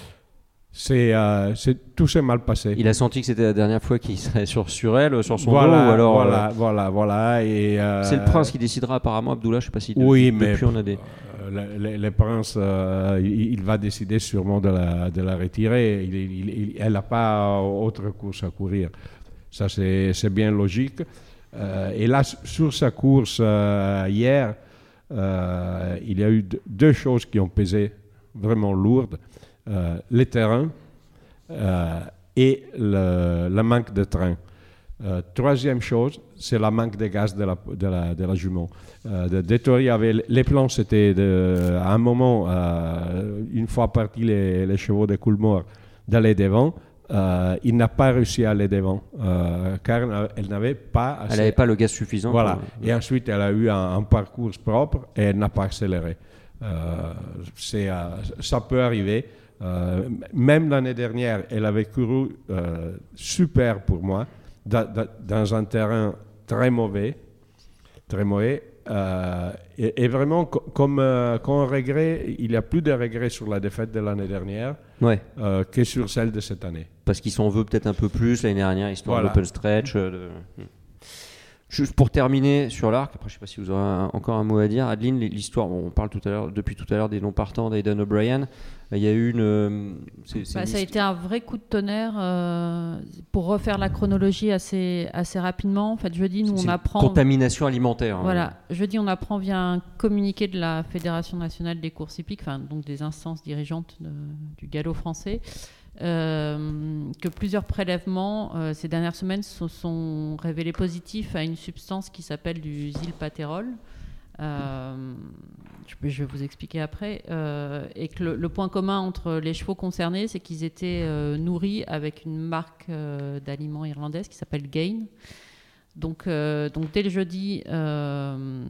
C'est, euh, c'est, tout s'est mal passé. Il a senti que c'était la dernière fois qu'il serait sur, sur elle, sur son voilà, dos, ou alors. voilà, euh, voilà, voilà. Et, euh, c'est le prince qui décidera apparemment, Abdullah, je sais pas si de- Oui, depuis mais on a des. euh, le, le- le prince, euh, il, il va décider sûrement de la, de la retirer. Il, il- il- elle n'a pas autre course à courir. Ça, c'est, c'est bien logique. Euh, et là, sur sa course euh, hier, euh, il y a eu d- deux choses qui ont pesé vraiment lourdes. Euh, les terrains euh, et le, le manque de train. Euh, troisième chose, c'est le manque de gaz de la, de la, de la jument. Euh, de, Dettori avait, les plans, c'était de, à un moment, euh, une fois partis les, les chevaux de Coolmore, d'aller devant. Euh, il n'a pas réussi à aller devant, euh, car elle n'avait pas assez. Elle n'avait pas le gaz suffisant. Voilà. pour- Et ensuite, elle a eu un, un parcours propre et elle n'a pas accéléré. Euh, c'est, euh, ça peut arriver. Euh, même l'année dernière, elle avait couru euh, super pour moi, da, da, dans un terrain très mauvais, très mauvais. Euh, et, et vraiment, co- comme, euh, comme regret, il n'y a plus de regrets sur la défaite de l'année dernière Ouais, euh, que sur celle de cette année. parce qu'il s'en veut peut-être un peu plus l'année dernière, histoire Voilà. d'open stretch. euh, de- Juste pour terminer sur l'arc, après je sais pas si vous aurez un- encore un mot à dire, Adeline, l'histoire, bon, on parle tout à l'heure, depuis tout à l'heure des non-partants d'Aidan O'Brien, il y a eu une... euh, c'est- c'est Bah, une ça a hist- été un vrai coup de tonnerre euh, pour refaire la chronologie assez, assez rapidement. En fait, jeudi, nous, c'est on une apprend. contamination alimentaire. hein. Voilà, jeudi, on apprend via un communiqué de la Fédération nationale des courses hippiques, enfin, donc des instances dirigeantes de- du galop français, euh, que plusieurs prélèvements euh, ces dernières semaines se sont révélés positifs à une substance qui s'appelle du zylpatérol. Euh, je, je vais vous expliquer après. Euh, et que le, le point commun entre les chevaux concernés, c'est qu'ils étaient euh, nourris avec une marque euh, d'aliments irlandaise qui s'appelle Gain. Donc, euh, donc dès le jeudi, euh,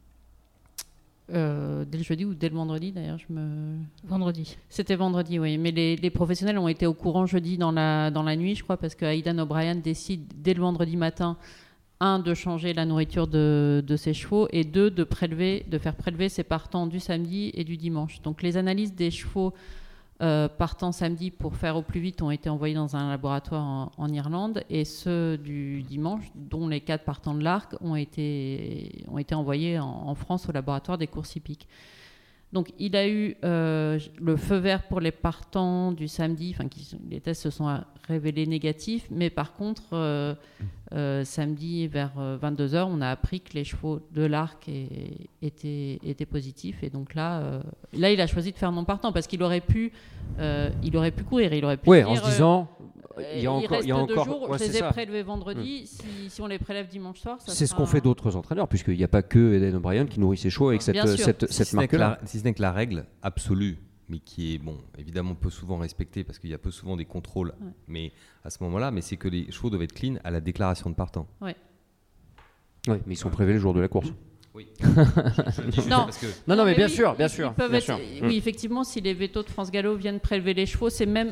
euh, dès le jeudi ou dès le vendredi d'ailleurs, je me. Vendredi. C'était vendredi, oui. Mais les, les professionnels ont été au courant jeudi dans la, dans la nuit, je crois, parce que Aidan O'Brien décide dès le vendredi matin, un, de changer la nourriture de, de ses chevaux, et deux, de, prélever, de faire prélever ses partants du samedi et du dimanche. Donc les analyses des chevaux euh, partant samedi pour faire au plus vite ont été envoyés dans un laboratoire en, en Irlande, et ceux du dimanche, dont les quatre partants de l'Arc, ont été, ont été envoyés en, en France au laboratoire des courses hippiques. Donc il a eu euh, le feu vert pour les partants du samedi, enfin qui, les tests se sont révélés négatifs, mais par contre euh, euh, samedi vers euh, vingt-deux heures, on a appris que les chevaux de l'Arc est- étaient, étaient positifs, et donc là, euh, là il a choisi de faire non partant parce qu'il aurait pu, euh, il aurait pu courir, il aurait pu Ouais, dire, en se disant, euh, il y a encore, reste il y a deux encore, jours, ouais, je c'est les ai ça. prélevés vendredi, si, si on les prélève dimanche soir, ça C'est ce sera- qu'ont fait d'autres entraîneurs, puisqu'il n'y a pas que Aidan O'Brien qui nourrit ses chevaux avec cette, Bien sûr. cette, Si cette ce n'est que marque-là. la- si ce n'est que la règle absolue, mais qui est bon, évidemment peu souvent respectée parce qu'il y a peu souvent des contrôles, Ouais. mais à ce moment-là, mais c'est que les chevaux doivent être clean à la déclaration de partant. Oui, mais ils sont prélevés le jour de la course. Oui. Non. Parce que Non, non, mais bien oui, sûr, bien ils- sûr. ils peuvent bien être- sûr. Oui, effectivement, si les vétos de France Gallo viennent prélever les chevaux, c'est même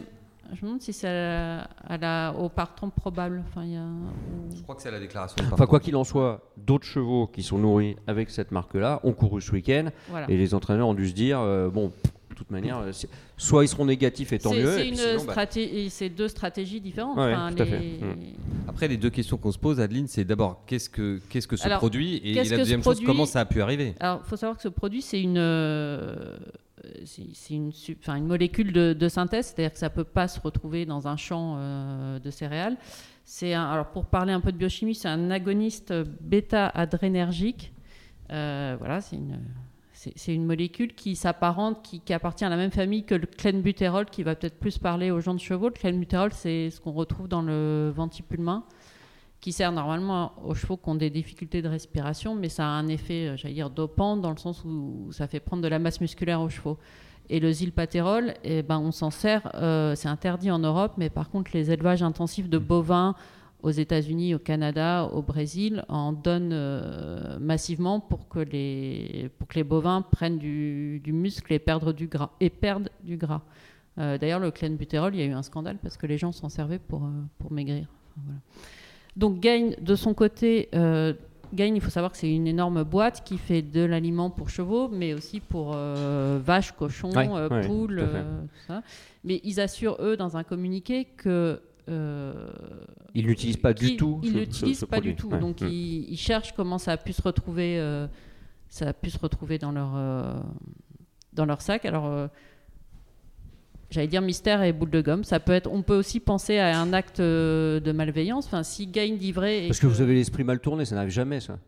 je me demande si c'est à la- à la- au partant probable. Enfin, il y a, ou- Je crois que c'est la déclaration. de Enfin, partant. quoi qu'il en soit, d'autres chevaux qui sont nourris avec cette marque-là ont couru ce week-end voilà. et les entraîneurs ont dû se dire euh, bon, pff, de toute manière, euh, c'est- soit ils seront négatifs et tant C'est mieux. c'est et une puis sinon, bah, stratégie, c'est deux stratégies différentes. Ouais, Enfin, tout à les- fait. Mm. Après, les deux questions qu'on se pose, Adeline, c'est d'abord qu'est-ce que, qu'est-ce que ce Alors, produit et, qu'est-ce et la que ce deuxième chose, produit comment ça a pu arriver. Alors, il faut savoir que ce produit, c'est une, euh, c'est c'est une, su- enfin, une molécule de, de synthèse, c'est-à-dire que ça ne peut pas se retrouver dans un champ euh, de céréales. C'est un- alors, pour parler un peu de biochimie, c'est un agoniste bêta-adrénergique. Euh, voilà, c'est une, c'est, c'est une molécule qui s'apparente, qui, qui appartient à la même famille que le clenbutérol, qui va peut-être plus parler aux gens de chevaux. Le clenbutérol, c'est ce qu'on retrouve dans le ventipulmin, qui sert normalement aux chevaux qui ont des difficultés de respiration, mais ça a un effet, j'allais dire, dopant, dans le sens où ça fait prendre de la masse musculaire aux chevaux. Et le zylpatérol, eh ben, on s'en sert, euh, c'est interdit en Europe, mais par contre, les élevages intensifs de bovins aux États-Unis, au Canada, au Brésil, en donnent euh, massivement pour que, les, pour que les bovins prennent du, du muscle et perdent du gras. Et perdent du gras. Euh, d'ailleurs, le clenbutérol, il y a eu un scandale parce que les gens s'en servaient pour, euh, pour maigrir. Enfin, voilà. Donc Gain, de son côté, euh, Gain, il faut savoir que c'est une énorme boîte qui fait de l'aliment pour chevaux, mais aussi pour euh, vaches, cochons, Ouais, euh, ouais, poules, tout à fait. euh, tout ça. Mais ils assurent, eux, dans un communiqué que... Euh, ils n'utilisent pas du qu'ils- tout Ils ce- l'utilisent ce- ce pas produit. du tout. Ouais. Donc Mm. ils, ils cherchent comment ça a pu se retrouver, euh, ça a pu se retrouver dans leur, euh, dans leur sac. Alors... euh, J'allais dire mystère et boule de gomme. Ça peut être. On peut aussi penser à un acte euh, de malveillance. Enfin, si Gain dit vrai. et Parce que vous avez l'esprit mal tourné, ça n'arrive jamais, ça.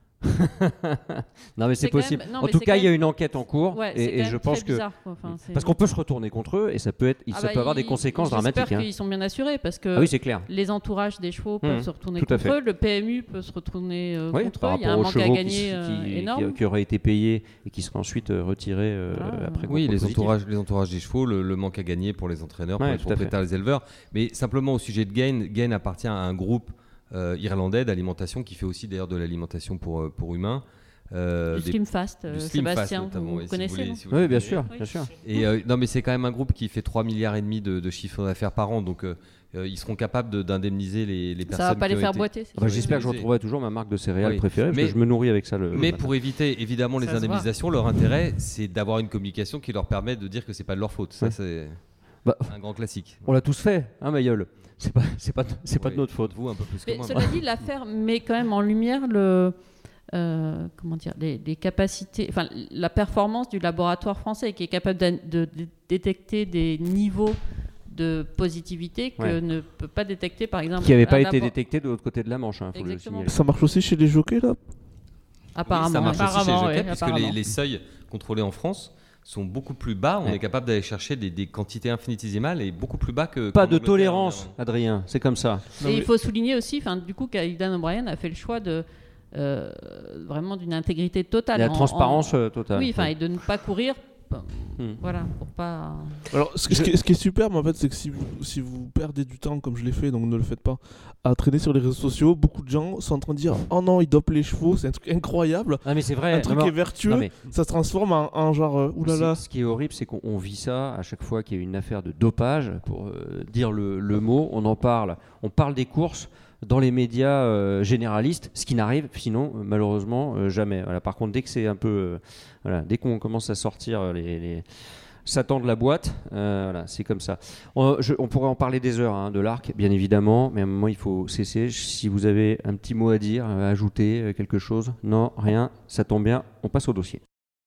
Non, mais c'est C'est quand possible. même- non, en mais tout c'est cas, quand il y a même- une enquête en cours Ouais, c'est et, quand et même je très pense que bizarre, quoi. Enfin, c'est- parce qu'on peut se retourner contre eux et ça peut être, Ah ça bah, peut avoir des ils- conséquences j'espère dramatiques. hein. qu'ils sont bien assurés parce que Ah oui, c'est clair. les entourages des chevaux peuvent Mmh, se retourner tout à contre fait. eux. Le P M U peut se retourner euh, Oui, contre par eux. Il y a un rapport aux manque à chevaux qui, gagner s- euh, qui- qui- énorme. qui auraient été payés et qui seraient ensuite euh, retirés euh, Voilà. après. Oui, contrôle les positif. entourages, les entourages des chevaux, le, le manque à gagner pour les entraîneurs, pour Ouais, les tout à fait. propriétaires, les éleveurs. Mais simplement au sujet de Gain, Gain appartient à un groupe euh, irlandais d'alimentation qui fait aussi d'ailleurs de l'alimentation pour, euh, pour humains. Euh, Du des- Slim Fast, euh, du Slim Fast, Sébastien, notamment, vous, oui, vous si connaissez voulez- non si vous Oui, le bien connaissez. sûr, Oui. bien sûr. Et euh, non, mais c'est quand même un groupe qui fait trois milliards et demi de, de chiffre d'affaires par an, donc euh, euh, ils seront capables de- d'indemniser les, les personnes. Ça va pas qui les ont faire été- boiter. c'est Ah bah, sûr. J'espère que je utilisé. retrouverai toujours ma marque de céréales Oui. préférée parce Mais- que je me nourris avec ça. Le, le Mais matin. pour éviter évidemment les Ça se voit. indemnisations, leur intérêt, c'est d'avoir une communication qui leur permet de dire que c'est pas de leur faute. Ça, Ouais. c'est Bah, un grand classique. on l'a tous fait, hein, Mayol. C'est pas, c'est pas, c'est pas de Oui. notre faute. Vous un peu plus que Mais moi. cela dit, l'affaire met quand même en lumière le, euh, comment dire, les, les capacités, enfin la performance du laboratoire français qui est capable de, de- de détecter des niveaux de positivité que Ouais. ne peut pas détecter par exemple. Qui n'avait pas un été labo- détecté de l'autre côté de la Manche, il faut le Exactement. signaler. Ça marche aussi chez les jockeys là. Apparemment. Oui, ça marche ouais. aussi chez les Apparemment, jockeys, ouais, puisque les, apparemment. les seuils contrôlés en France sont beaucoup plus bas. On Ouais. est capable d'aller chercher des, des quantités infinitésimales et beaucoup plus bas que. Pas qu'en de Angleterre, tolérance, notamment. Adrien, c'est comme ça. Non, Et mais- il faut souligner aussi, enfin, du coup, qu'Aidan O'Brien a fait le choix de euh, vraiment d'une intégrité totale. La en- transparence en- euh, totale. Oui, enfin, et de ne pas courir. Hmm. Voilà, pour pas. Alors, ce, ce qui, est- ce qui est superbe en fait, c'est que si vous, si vous perdez du temps, comme je l'ai fait, donc ne le faites pas, à traîner sur les réseaux sociaux, beaucoup de gens sont en train de dire oh non, ils dopent les chevaux, c'est un truc incroyable. Ah mais c'est vrai. Un truc vraiment. qui est vertueux, Non, mais ça se transforme en, en genre euh, oulala. c'est- Ce qui est horrible, c'est qu'on on vit ça à chaque fois qu'il y a une affaire de dopage. Pour euh, dire le, le mot, on en parle. On parle des courses dans les médias euh, généralistes, ce qui n'arrive sinon euh, malheureusement euh, jamais. Voilà, par contre, dès que c'est un peu, euh, voilà, dès qu'on commence à sortir euh, les, les Satan de la boîte, euh, voilà, c'est comme ça. On, je- on pourrait en parler des heures hein, de l'arc, bien évidemment, mais à un moment il faut cesser. Si vous avez un petit mot à dire, à ajouter euh, quelque chose, non, rien, ça tombe bien, on passe au dossier.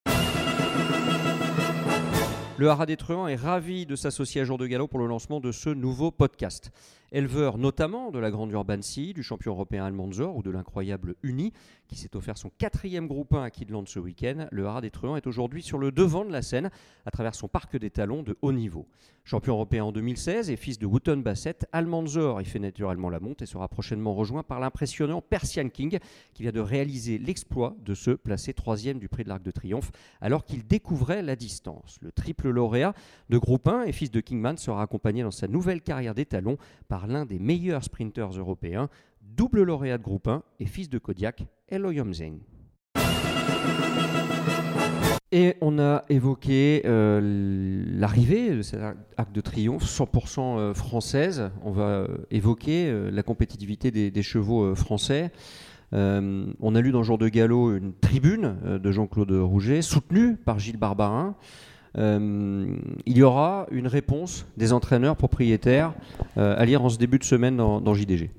Le Haras des Truands est ravi de s'associer à Jour de Galop pour le lancement de ce nouveau podcast. Éleveur notamment de la grande Urban Sea, du champion européen Almanzor ou de l'incroyable Uni, qui s'est offert son quatrième groupe un à Kidland ce week-end, le Haras des Truands est aujourd'hui sur le devant de la scène à travers son parc d'étalons de haut niveau. Champion européen en deux mille seize et fils de Wotton Bassett, Almanzor y fait naturellement la monte et sera prochainement rejoint par l'impressionnant Persian King qui vient de réaliser l'exploit de se placer troisième du Prix de l'Arc de Triomphe alors qu'il découvrait la distance. Le triple lauréat de groupe un et fils de Kingman sera accompagné dans sa nouvelle carrière d'étalon par l'un des meilleurs sprinteurs européens, double lauréat de groupe un et fils de Kodiak, Eloy Omzen. Et on a évoqué euh, l'arrivée de cet Arc de Triomphe cent pour cent française. On va euh, évoquer euh, la compétitivité des, des chevaux euh, français. Euh, on a lu dans Jour de Galop une tribune euh, de Jean-Claude Rouget, soutenue par Gilles Barbarin. Euh, il y aura une réponse des entraîneurs propriétaires euh, à lire en ce début de semaine dans, dans J D G.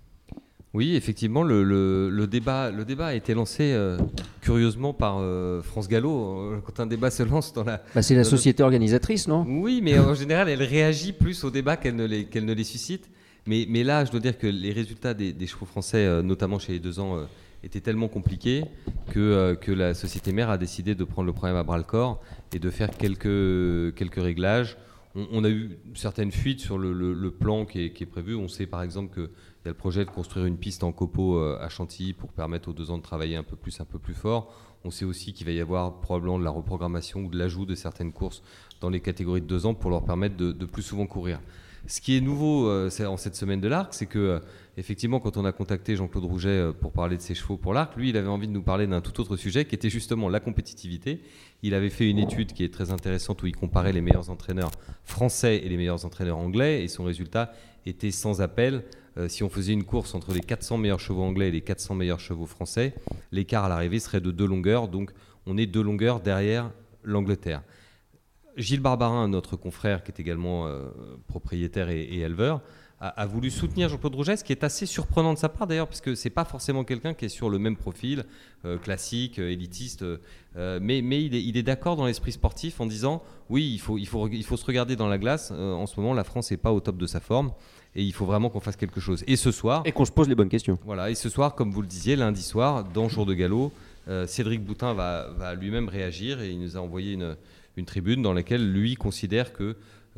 Oui, effectivement, le, le, le, débat, le débat a été lancé euh, curieusement par euh, France Gallo. Quand un débat se lance dans la... Bah, c'est la société notre... organisatrice, non ? Oui, mais en général, elle réagit plus au débat qu'elle ne les, qu'elle ne les suscite. Mais, mais là, je dois dire que les résultats des, des chevaux français, euh, notamment chez les deux ans, euh, étaient tellement compliqués que, euh, que la société mère a décidé de prendre le problème à bras-le-corps et de faire quelques, quelques réglages. On, on a eu certaines fuites sur le, le, le plan qui est, qui est prévu. On sait par exemple qu'il y a le projet de construire une piste en copeaux euh, à Chantilly pour permettre aux deux ans de travailler un peu plus, un peu plus fort. On sait aussi qu'il va y avoir probablement de la reprogrammation ou de l'ajout de certaines courses dans les catégories de deux ans pour leur permettre de, de plus souvent courir. Ce qui est nouveau euh, c'est, en cette semaine de l'Arc, c'est que euh, effectivement, quand on a contacté Jean-Claude Rouget euh, pour parler de ses chevaux pour l'Arc, lui, il avait envie de nous parler d'un tout autre sujet qui était justement la compétitivité. Il avait fait une étude qui est très intéressante où il comparait les meilleurs entraîneurs français et les meilleurs entraîneurs anglais, et son résultat était sans appel. Euh, si on faisait une course entre les quatre cents meilleurs chevaux anglais et les quatre cents meilleurs chevaux français, l'écart à l'arrivée serait de deux longueurs, donc on est deux longueurs derrière l'Angleterre. Gilles Barbarin, notre confrère qui est également euh, propriétaire et, et éleveur, a, a voulu soutenir Jean-Claude Rouget, ce qui est assez surprenant de sa part d'ailleurs, parce que ce n'est pas forcément quelqu'un qui est sur le même profil, euh, classique, euh, élitiste, euh, mais, mais il est, il est d'accord dans l'esprit sportif en disant oui, il faut, il faut, il faut se regarder dans la glace, euh, en ce moment la France n'est pas au top de sa forme, et il faut vraiment qu'on fasse quelque chose. Et ce soir... Et qu'on se pose les bonnes questions. Voilà, et ce soir, comme vous le disiez, lundi soir, dans Jour de Galop, euh, Cédric Boutin va, va lui-même réagir, et il nous a envoyé une... une tribune dans laquelle lui considère que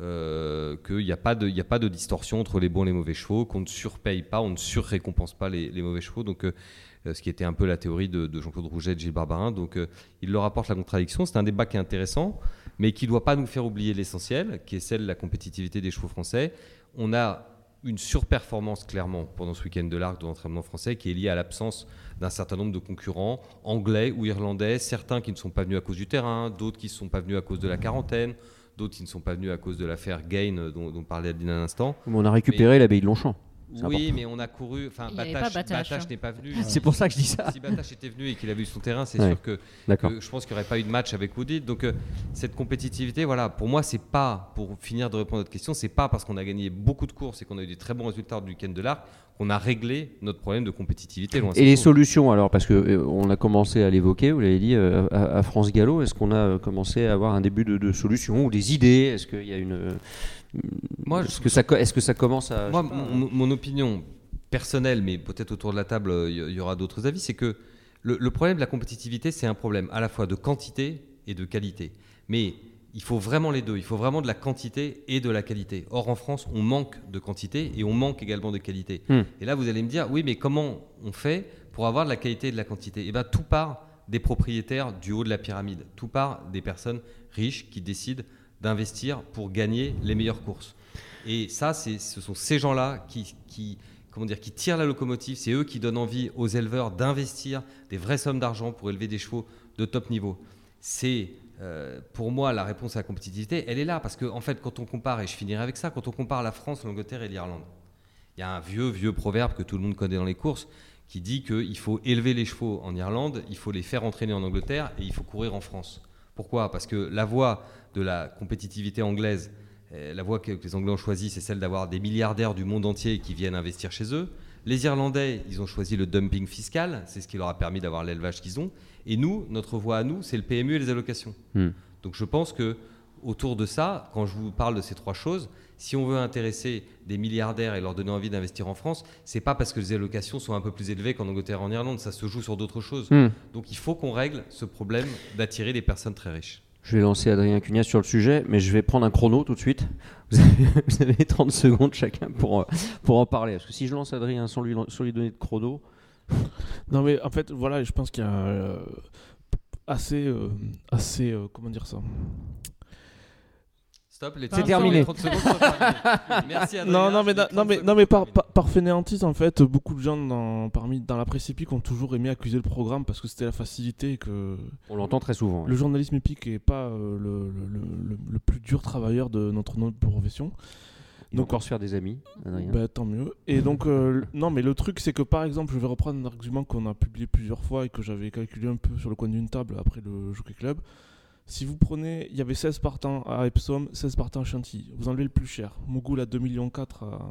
euh, qu'il n'y a pas de il n'y a pas de distorsion entre les bons et les mauvais chevaux, qu'on ne surpaye pas, on ne surrécompense pas les, les mauvais chevaux. Donc euh, ce qui était un peu la théorie de, de Jean-Claude Rouget et de Gilles Barbarin. Donc euh, il leur apporte la contradiction. C'est un débat qui est intéressant, mais qui ne doit pas nous faire oublier l'essentiel, qui est celle de la compétitivité des chevaux français. On a une surperformance clairement pendant ce week-end de l'Arc de l'entraînement français qui est liée à l'absence d'un certain nombre de concurrents anglais ou irlandais, certains qui ne sont pas venus à cause du terrain, d'autres qui ne sont pas venus à cause de la quarantaine, d'autres qui ne sont pas venus à cause de l'affaire Gain dont, dont parlait Adeline à l'instant. On a récupéré mais... l'abbaye de Longchamp. C'est oui, important. Mais on a couru. Enfin, Batache, Batache n'est pas venu. C'est pour ça que je dis ça. Si Batache était venu et qu'il avait eu son terrain, c'est ouais. sûr que, que je pense qu'il n'y aurait pas eu de match avec Woodit. Donc euh, cette compétitivité, voilà, pour moi, c'est pas, pour finir de répondre à votre question, c'est pas parce qu'on a gagné beaucoup de courses et qu'on a eu des très bons résultats du week-end de l'Arc qu'on a réglé notre problème de compétitivité. Loin et les solutions, alors, parce qu'on euh, a commencé à l'évoquer, vous l'avez dit, euh, à, à France Gallo, est-ce qu'on a commencé à avoir un début de, de solutions ou des idées ? Est-ce qu'il y a une. Moi, est-ce, que ça, est-ce que ça commence à. Moi, mon, mon opinion personnel, mais peut-être autour de la table, il y, y aura d'autres avis, c'est que le, le problème de la compétitivité, c'est un problème à la fois de quantité et de qualité. Mais il faut vraiment les deux, il faut vraiment de la quantité et de la qualité. Or, en France, on manque de quantité et on manque également de qualité. Mmh. Et là, vous allez me dire, oui, mais comment on fait pour avoir de la qualité et de la quantité ? Eh bien, tout part des propriétaires du haut de la pyramide. Tout part des personnes riches qui décident d'investir pour gagner les meilleures courses. Et ça, c'est, ce sont ces gens-là qui... qui comment dire, qui tirent la locomotive, c'est eux qui donnent envie aux éleveurs d'investir des vraies sommes d'argent pour élever des chevaux de top niveau. C'est, euh, pour moi, la réponse à la compétitivité, elle est là, parce qu'en en fait, quand on compare, et je finirai avec ça, quand on compare la France, l'Angleterre et l'Irlande, il y a un vieux, vieux proverbe que tout le monde connaît dans les courses, qui dit qu'il faut élever les chevaux en Irlande, il faut les faire entraîner en Angleterre, et il faut courir en France. Pourquoi ? Parce que la voie de la compétitivité anglaise, la voie que les Anglais ont choisie, c'est celle d'avoir des milliardaires du monde entier qui viennent investir chez eux. Les Irlandais, ils ont choisi le dumping fiscal, c'est ce qui leur a permis d'avoir l'élevage qu'ils ont. Et nous, notre voie à nous, c'est le P M U et les allocations. Mmh. Donc je pense que autour de ça, quand je vous parle de ces trois choses, si on veut intéresser des milliardaires et leur donner envie d'investir en France, c'est pas parce que les allocations sont un peu plus élevées qu'en Angleterre et en Irlande, ça se joue sur d'autres choses. Mmh. Donc il faut qu'on règle ce problème d'attirer des personnes très riches. Je vais lancer Adrien Cugnas sur le sujet, mais je vais prendre un chrono tout de suite. Vous avez, vous avez trente secondes chacun pour, pour en parler. Parce que si je lance Adrien sans lui, sans lui donner de chrono... Non mais en fait, voilà, je pense qu'il y a euh, assez... Euh, assez euh, comment dire ça Stop, les C'est terminé. trente secondes sont terminées. Merci Adrien. Non, non, mais, les da- trente non, mais, secondes non, mais sont par, terminées. par, par fainéantise, en fait, beaucoup de gens dans, parmi, dans la presse hippique ont toujours aimé accuser le programme parce que c'était la facilité et que On l'entend très souvent. le journalisme hippique n'est pas euh, le, le, le, le- le plus dur travailleur de notre, notre profession. Il va encore se faire des amis, Adrien. Bah, tant mieux. Et donc, euh, non, mais le truc, c'est que par exemple, je vais reprendre un argument qu'on a publié plusieurs fois et que j'avais calculé un peu sur le coin d'une table après le Jockey Club. Si vous prenez, il y avait seize partants à Epsom, seize partants à Chantilly. Vous enlevez le plus cher. Mogul à deux virgule quatre millions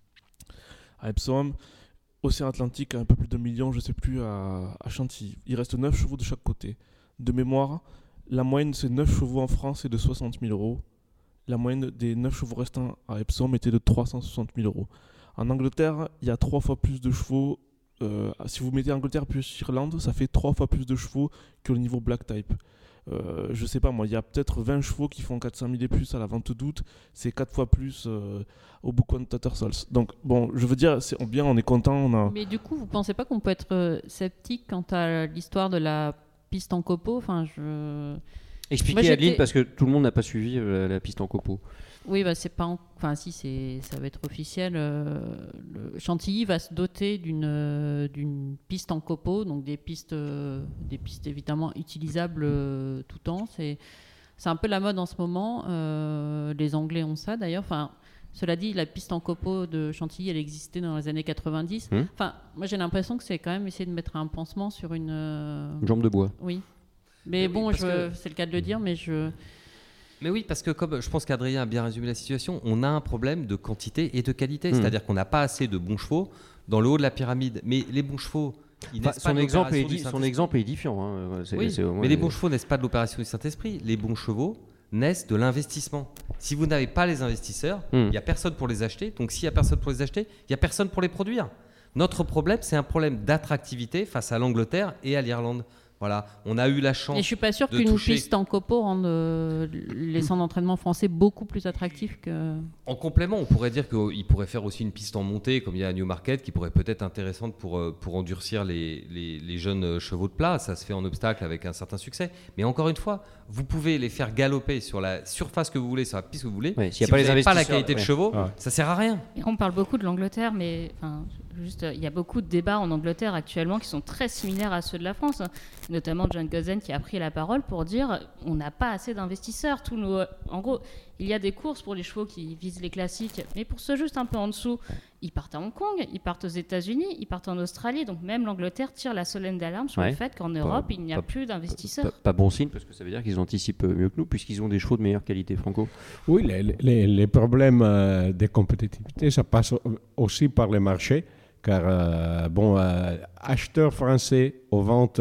à, à Epsom. Océan Atlantique à un peu plus de deux millions, je sais plus, à, à Chantilly. Il reste neuf chevaux de chaque côté. De mémoire, la moyenne de ces neuf chevaux en France est de soixante mille euros. La moyenne des neuf chevaux restants à Epsom était de trois cent soixante mille euros. En Angleterre, il y a trois fois plus de chevaux. Euh, si vous mettez Angleterre plus Irlande, ça fait trois fois plus de chevaux que le niveau Black Type. Euh, je sais pas moi, il y a peut-être vingt chevaux qui font quatre cent mille et plus à la vente d'août, c'est quatre fois plus euh, au Book One Tattersall. Donc bon, je veux dire, c'est bien, on est content, on a... Mais du coup, vous pensez pas qu'on peut être euh, sceptique quant à l'histoire de la piste en copeaux? Enfin, je... Expliquez Moi, j'étais- Adeline, parce que tout le monde n'a pas suivi euh, la piste en copeaux. Oui, bah, c'est pas. en- Enfin, si, c'est, ça va être officiel. euh, le Chantilly va se doter d'une euh, d'une piste en copeaux, donc des pistes, euh, des pistes évidemment utilisables euh, tout le temps. C'est, c'est un peu la mode en ce moment. euh, les Anglais ont ça d'ailleurs. Enfin, cela dit, la piste en copeaux de Chantilly, elle existait dans les années quatre-vingt-dix. Hmm. Enfin, moi, j'ai l'impression que c'est quand même essayer de mettre un pansement sur une. euh, Une jambe de bois. Oui. Mais Mais bon, oui, parce je, que- c'est le cas de le dire, mais je. Mais oui, parce que comme je pense qu'Adrien a bien résumé la situation, on a un problème de quantité et de qualité. Mm. C'est-à-dire qu'on n'a pas assez de bons chevaux dans le haut de la pyramide. Mais les bons chevaux, ils Enfin, naissent pas son, de exemple est l'opération du di- son Saint-Esprit. exemple est édifiant. Hein. C'est- Oui, c'est au moins- mais les bons chevaux naissent pas de l'opération du Saint-Esprit. Les bons chevaux naissent de l'investissement. Si vous n'avez pas les investisseurs, il Mm. n'y a personne pour les acheter. Donc s'il n'y a personne pour les acheter, il n'y a personne pour les produire. Notre problème, c'est un problème d'attractivité face à l'Angleterre et à l'Irlande. Voilà, on a eu la chance. Et je suis pas sûre de qu'une toucher- piste en copeaux rende euh, les centres d'entraînement français beaucoup plus attractifs que. En complément, on pourrait dire qu'il pourrait faire aussi une piste en montée, comme il y a à Newmarket, qui pourrait peut être intéressante pour, euh, pour endurcir les, les, les jeunes euh, chevaux de plat. Ça se fait en obstacle avec un certain succès. Mais encore une fois, vous pouvez les faire galoper sur la surface que vous voulez, sur la piste que vous voulez. Ouais, s'il y a si pas vous les n'avez pas la investisseurs, qualité de ouais. chevaux, Ouais. ça sert à rien. Et on parle beaucoup de l'Angleterre, mais enfin, juste, il y a beaucoup de débats en Angleterre actuellement qui sont très similaires à ceux de la France, notamment John Gozen qui a pris la parole pour dire on n'a pas assez d'investisseurs. Tous nos, en gros, il y a des courses pour les chevaux qui visent les classiques, mais pour ceux juste un peu en dessous, ils partent à Hong Kong, ils partent aux États-Unis, ils partent en Australie. Donc même l'Angleterre tire la sonnette d'alarme sur Ouais. le fait qu'en Europe, il n'y a pas- plus d'investisseurs. Pas, pas bon signe, parce que ça veut dire qu'ils anticipent mieux que nous, puisqu'ils ont des chevaux de meilleure qualité, Franco. Oui, les, les- les problèmes euh, de compétitivité, ça passe au- aussi par les marchés, car euh, bon, euh, acheteurs français aux ventes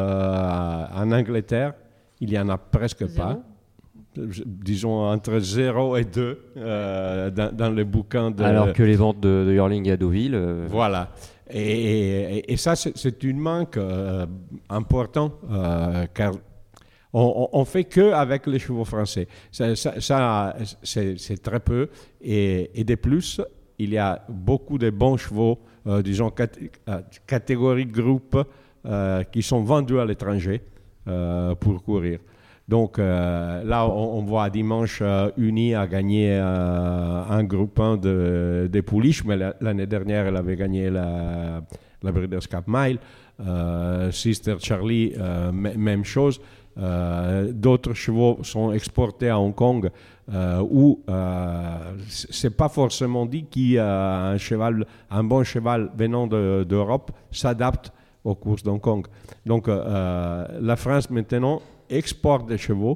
euh, en Angleterre, il n'y en a presque Zéro. pas. Je- Disons entre zéro et deux euh, dans, dans les bouquins de... Alors que les ventes de, de Hurling à Deauville. euh, Voilà. Et, et- et ça, c'est- c'est une manque euh, important, euh, car on, on on fait que avec les chevaux français. Ça, ça- ça, c'est c'est très peu. Et, et de plus, il y a beaucoup de bons chevaux, euh, disons cat- euh, catégorie groupe, euh, qui sont vendus à l'étranger euh, pour courir. Donc euh, là, on, on voit dimanche euh, Uni a gagné euh, un groupe un de, de pouliches, mais la- l'année dernière, elle avait gagné la, la Breeders' Cup Mile. Euh, Sister Charlie, euh, m- même chose. Euh, D'autres chevaux sont exportés à Hong Kong euh, où euh, c- c'est pas forcément dit qu'un cheval, un bon cheval venant de- d'Europe s'adapte aux courses d'Hong Kong. Donc euh, la France maintenant exporte des chevaux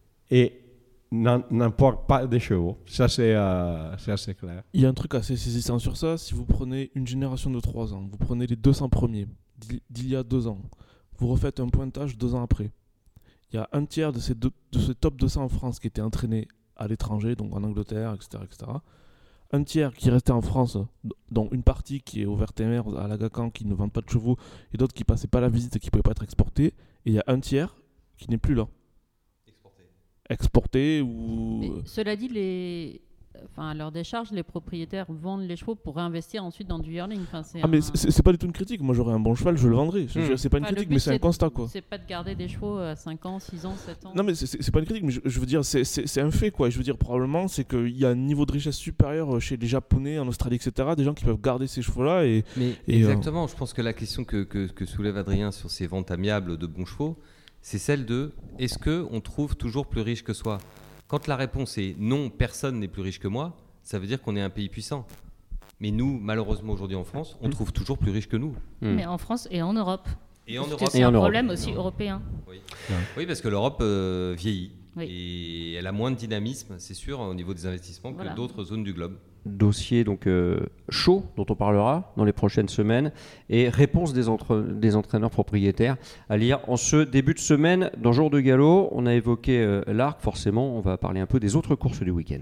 et n'en- n'importe pas des chevaux. Ça, c'est euh, c'est assez clair. Il y a un truc assez saisissant sur ça. Si vous prenez une génération de trois ans, vous prenez les deux cents premiers d'il d'il y a deux ans, vous refaites un pointage deux ans après. Il y a un tiers de ces, deux- de ce top deux cents en France qui était entraîné à l'étranger, donc en Angleterre, et cetera, et cetera. Un tiers qui restait en France, dont une partie qui est au Vertemer, à l'Agacan, qui ne vendent pas de chevaux, et d'autres qui passaient pas la visite et qui ne pouvaient pas être exportés. Et il y a un tiers qui n'est plus là. Exporté ou... Mais cela dit, les, enfin, à leur décharge, les propriétaires vendent les chevaux pour réinvestir ensuite dans du yearling. Enfin, c'est Ah, mais un- c'est, c'est pas du tout une critique. Moi, j'aurais un bon cheval, je le vendrais. Je- Mm. je- c'est pas une Enfin, le critique, but, mais c'est un constat, quoi. C'est pas de garder des chevaux à cinq ans, six ans, sept ans. Non, mais c'est, c'est, c'est pas une critique, mais je, je veux dire, c'est, c'est, c'est un fait, quoi. Et je veux dire, probablement, c'est qu'il y a un niveau de richesse supérieur chez les Japonais, en Australie, et cetera. Des gens qui peuvent garder ces chevaux-là. Et, Mais Et, exactement, je pense que la question que, que, que soulève Adrien sur ces ventes amiables de bons chevaux, c'est celle de est-ce qu'on trouve toujours plus riche que soi ? Quand la réponse est non, personne n'est plus riche que moi, ça veut dire qu'on est un pays puissant. Mais nous, malheureusement, aujourd'hui en France, on trouve toujours plus riche que nous. Mm. Mais en France et en Europe. Et en Parce que Europe. c'est Et en un Europe. problème aussi européen. Oui. Oui, parce que l'Europe euh, vieillit. Oui. Et elle a moins de dynamisme, c'est sûr, au niveau des investissements Voilà. que d'autres zones du globe. Dossier donc euh, chaud dont on parlera dans les prochaines semaines et réponse des, entre- des entraîneurs propriétaires à lire en ce début de semaine dans Jour de Galop. On a évoqué euh, l'Arc, forcément, on va parler un peu des autres courses du week-end.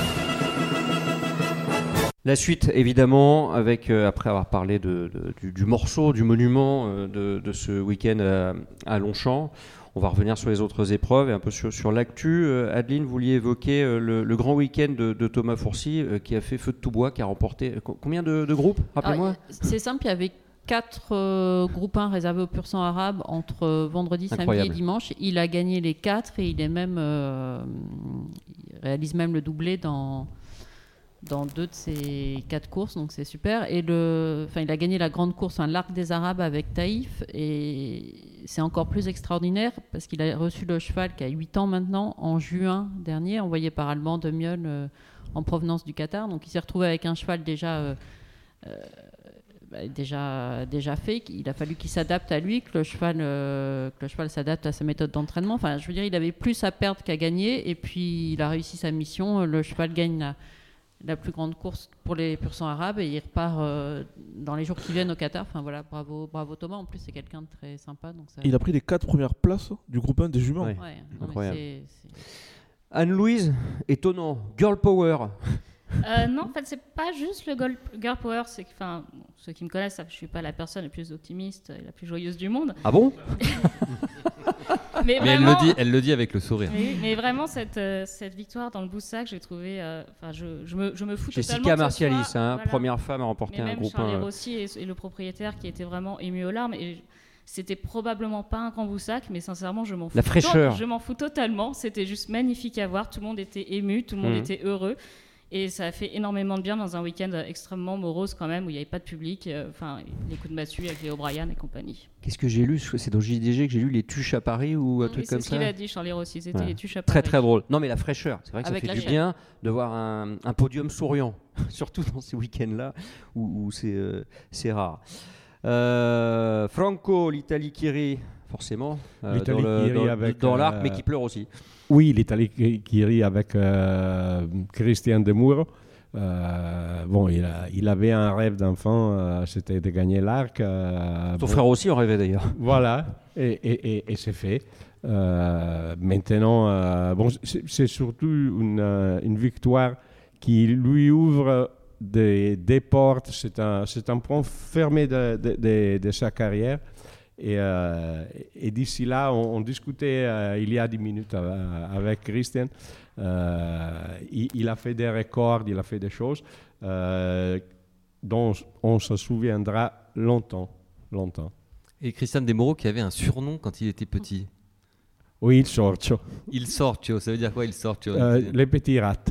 La suite, évidemment, avec, euh, après avoir parlé de, de- du, du morceau, du monument euh, de, de ce week-end à, à Longchamp, on va revenir sur les autres épreuves et un peu sur, sur l'actu. Euh, Adeline, vous vouliez évoquer euh, le, le grand week-end de, de Thomas Fourcy euh, qui a fait feu de tout bois, qui a remporté euh, co- combien de, de groupes, rappelez-moi? Ah, c'est simple, il y avait quatre euh, groupes un réservés au pur sang arabe entre euh, vendredi, Incroyable. samedi et dimanche. Il a gagné les quatre et il est même euh, il réalise même le doublé dans dans deux de ses quatre courses, donc c'est super. Et le, enfin, il a gagné la grande course, hein, l'Arc des Arabes avec Taïf, et c'est encore plus extraordinaire parce qu'il a reçu le cheval qui a huit ans maintenant en juin dernier, envoyé par Alban de Mion euh, en provenance du Qatar. Donc il s'est retrouvé avec un cheval déjà euh, euh, bah, déjà déjà fait. Il a fallu qu'il s'adapte à lui, que le cheval euh, que le cheval s'adapte à sa méthode d'entraînement. Enfin, je veux dire, il avait plus à perdre qu'à gagner, et puis il a réussi sa mission. Le cheval gagne la la plus grande course pour les pur sang arabes et il repart euh, dans les jours qui viennent au Qatar. Enfin voilà, bravo, bravo Thomas. En plus, c'est quelqu'un de très sympa. Donc ça... il a pris les quatre premières places du groupe un des juments. Ouais. Ouais, non, mais Incroyable. c'est- c'est- Anne-Louise, étonnant, girl power. Euh, non, en fait, c'est pas juste le girl, girl power. C'est que, enfin, bon, ceux qui me connaissent savent que je suis pas la personne la plus optimiste et la plus joyeuse du monde. Ah bon? Mais, Mais elle vraiment- le, dit, elle le dit avec le sourire. Mais, mais vraiment, cette, euh, cette victoire dans le Boussac, j'ai trouvé. euh, Enfin, je, je, me, je me fous totalement. Jessica que ce Martialis, soit- hein, voilà. première femme à Mais remporter un même groupe Charlie un. Rossi et, et le propriétaire qui était vraiment ému aux larmes. Et c'était probablement pas un grand Boussac, mais sincèrement, je m'en fous. La fraîcheur. Je m'en fous totalement. C'était juste magnifique à voir. Tout le monde était ému, tout le monde Mhm. était heureux. Et ça a fait énormément de bien dans un week-end extrêmement morose quand même, où il n'y avait pas de public. euh, Enfin, les coups de massue avec Léo Bryan et compagnie. Qu'est-ce que j'ai lu? C'est dans J D G que j'ai lu les tuches à Paris ou un Oui, truc c'est comme ce ça. qu'il a dit, Charlie Rossi. C'était Ouais. les tuches à Très Paris. très drôle. Non mais la fraîcheur, c'est vrai que Avec ça la fait du chair. bien de voir un, un podium souriant, surtout dans ces week-ends-là où, où c'est euh, c'est rare. Euh, Franco, l'Italie Kiri, forcément, euh, L'Italie dans le- Kiri dans- avec, dans l'arc, euh, mais qui pleure aussi. Oui, l'Italie qui, qui rit avec euh, Christian De Muro. Euh, bon, il, a- il avait un rêve d'enfant, euh, c'était de gagner l'arc. euh, Ton bon, frère aussi en rêvait d'ailleurs. Voilà, et, et- et- et c'est fait. Euh, maintenant, euh, bon, c'est, c'est surtout une, euh, une victoire qui lui ouvre des, des portes. C'est un, c'est un point fermé de, de- de- de sa carrière. Et, euh, et d'ici là, on, on discutait euh, il y a dix minutes avec, avec Christian. Euh, il, il a fait des records, il a fait des choses euh, dont on se souviendra longtemps, longtemps. Et Christian Desmoreaux qui avait un surnom quand il était petit. Oui, il sort. Il sortio, ça veut dire quoi il sortio? Euh, les petits rats.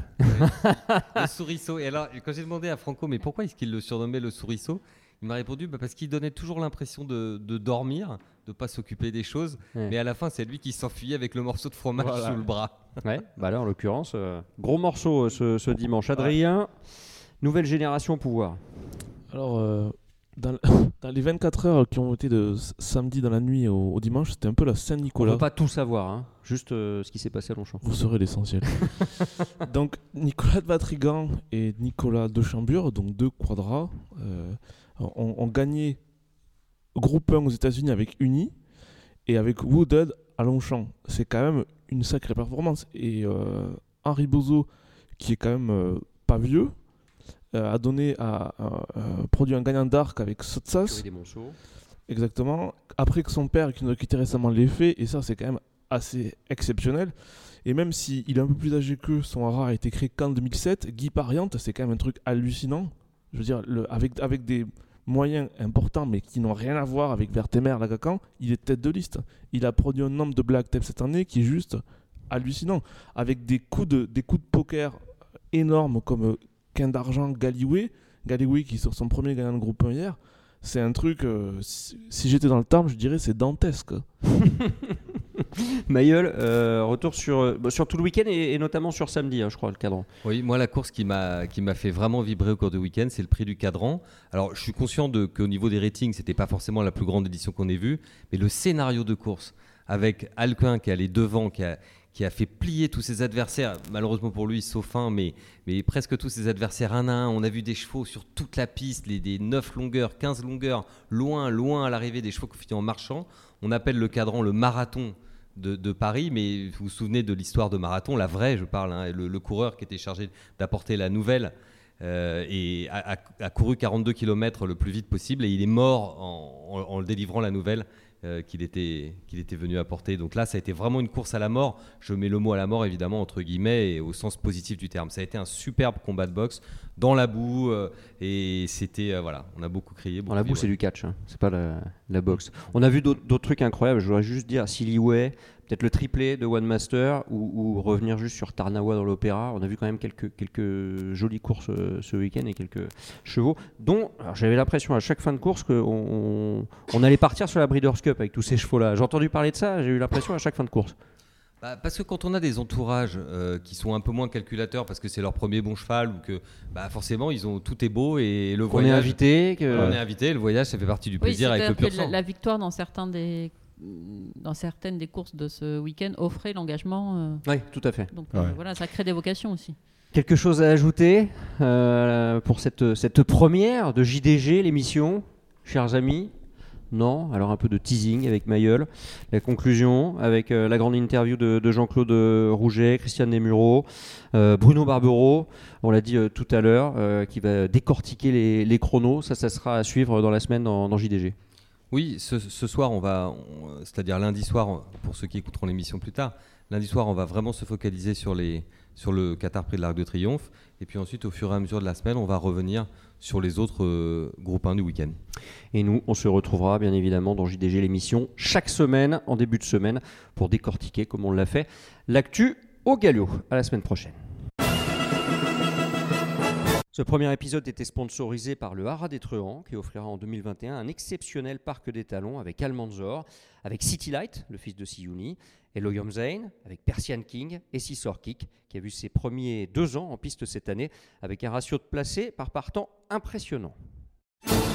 Le souriceau. Et alors, quand j'ai demandé à Franco, mais pourquoi est-ce qu'il le surnommait le souriceau? Il m'a répondu bah, parce qu'il donnait toujours l'impression de, de dormir, de ne pas s'occuper des choses, Ouais. mais à la fin, c'est lui qui s'enfuyait avec le morceau de fromage Voilà. sous le bras. Ouais, bah là en l'occurrence, euh, gros morceau euh, ce, ce dimanche. Adrien, nouvelle génération au pouvoir. Alors, euh, dans, dans les vingt-quatre heures qui ont été de s- samedi dans la nuit au, au dimanche, c'était un peu la On Saint-Nicolas. ne peut pas tout savoir, hein, juste euh, ce qui s'est passé à Longchamp. Vous saurez l'essentiel. Donc, Nicolas de Vatrigan et Nicolas de Chambure, donc deux quadras, euh, ont, ont gagné groupe un aux États-Unis avec Uni et avec Woodhead à Longchamp. C'est quand même une sacrée performance. Et euh, Henri Bozo, qui est quand même euh, pas vieux, euh, a donné à, à- à- produit un gagnant d'arc avec Sotsas. Des monceaux. Exactement. Après que son père, qui nous a quitté récemment, l'ait fait, et ça, c'est quand même assez exceptionnel. Et même s'il est un peu plus âgé qu'eux, son A R A a été créé qu'en deux mille sept, Guy Pariante, c'est quand même un truc hallucinant. Je veux dire, le, avec, avec des moyens importants, mais qui n'ont rien à voir avec Vertemer, Lagacan, il est tête de liste. Il a produit un nombre de black tapes cette année qui est juste hallucinant. Avec des coups de, des coups de poker énormes comme Quin d'argent, Galloway, Galloway qui sur son premier gagnant de groupe un hier, c'est un truc, euh, si, si j'étais dans le terme, je dirais c'est dantesque. Mailleul, euh, retour sur, euh, sur tout le week-end et, et notamment sur samedi, hein, je crois, le cadran. Oui, moi la course qui m'a, qui m'a fait vraiment vibrer au cours du week-end, c'est le prix du cadran. Alors je suis conscient de, qu'au niveau des ratings, c'était pas forcément la plus grande édition qu'on ait vue, mais le scénario de course avec Alcuin qui est allé devant, qui a, qui a fait plier tous ses adversaires, malheureusement pour lui, sauf un, mais, mais presque tous ses adversaires un à un. On a vu des chevaux sur toute la piste, les, des neuf longueurs, quinze longueurs, loin, loin à l'arrivée, des chevaux qui finissent en marchant. On appelle le cadran le marathon de, de Paris, mais vous vous souvenez de l'histoire de marathon, la vraie, je parle, hein, le, le coureur qui était chargé d'apporter la nouvelle euh, et a, a, a couru quarante-deux kilomètres le plus vite possible et il est mort en, en, en délivrant la nouvelle. Euh, qu'il, était, qu'il était venu apporter. Donc là, ça a été vraiment une course à la mort. Je mets le mot à la mort, évidemment, entre guillemets, et au sens positif du terme. Ça a été un superbe combat de boxe dans la boue, euh, et c'était, euh, voilà, on a beaucoup crié. Beaucoup Dans la boue, c'est du catch, hein. C'est pas la, la boxe. On a vu d'autres, d'autres trucs incroyables. Je voudrais juste dire, Silly Way, peut-être le triplé de One Master, ou, ou revenir juste sur Tarnawa dans l'Opéra. On a vu quand même quelques, quelques jolies courses euh, ce week-end et quelques chevaux, dont alors, j'avais l'impression à chaque fin de course qu'on on, on allait partir sur la Breeders' Cup avec tous ces chevaux-là. J'ai entendu parler de ça, j'ai eu l'impression à chaque fin de course. Bah, parce que quand on a des entourages euh, qui sont un peu moins calculateurs parce que c'est leur premier bon cheval ou que bah, forcément ils ont tout est beau et le On voyage. est invité. Que... On est invité, le voyage ça fait partie du Oui, plaisir avec le pur sang. La, la victoire dans certains des dans certaines des courses de ce week-end offrait l'engagement. Euh... Oui, tout à fait. Donc Ouais. euh, voilà, ça crée des vocations aussi. Quelque chose à ajouter euh, pour cette, cette première de J D G, l'émission, chers amis? Non, alors un peu de teasing avec Mailleul, la conclusion avec euh, la grande interview de, de Jean-Claude Rouget, Christiane Desmureaux, euh, Bruno Barbero, on l'a dit euh, tout à l'heure, euh, qui va décortiquer les, les chronos. Ça, ça sera à suivre dans la semaine dans, dans J D G. Oui, ce, ce soir, on va, on, c'est-à-dire lundi soir, pour ceux qui écouteront l'émission plus tard, lundi soir, on va vraiment se focaliser sur, les, sur le Qatar Prix de l'Arc de Triomphe. Et puis ensuite, au fur et à mesure de la semaine, on va revenir sur les autres euh, groupes un du week-end. Et nous, on se retrouvera bien évidemment dans J D G, l'émission, chaque semaine, en début de semaine, pour décortiquer, comme on l'a fait, l'actu au galop. À la semaine prochaine. Ce premier épisode était sponsorisé par le Haras des Trehans, qui offrira en deux mille vingt et un un exceptionnel parc d'étalons avec Almanzor, avec City Light, le fils de Siouni, et Loyam Zayn, avec Persian King et Scissor Kick, qui a vu ses premiers deux ans en piste cette année, avec un ratio de placés par partant impressionnant.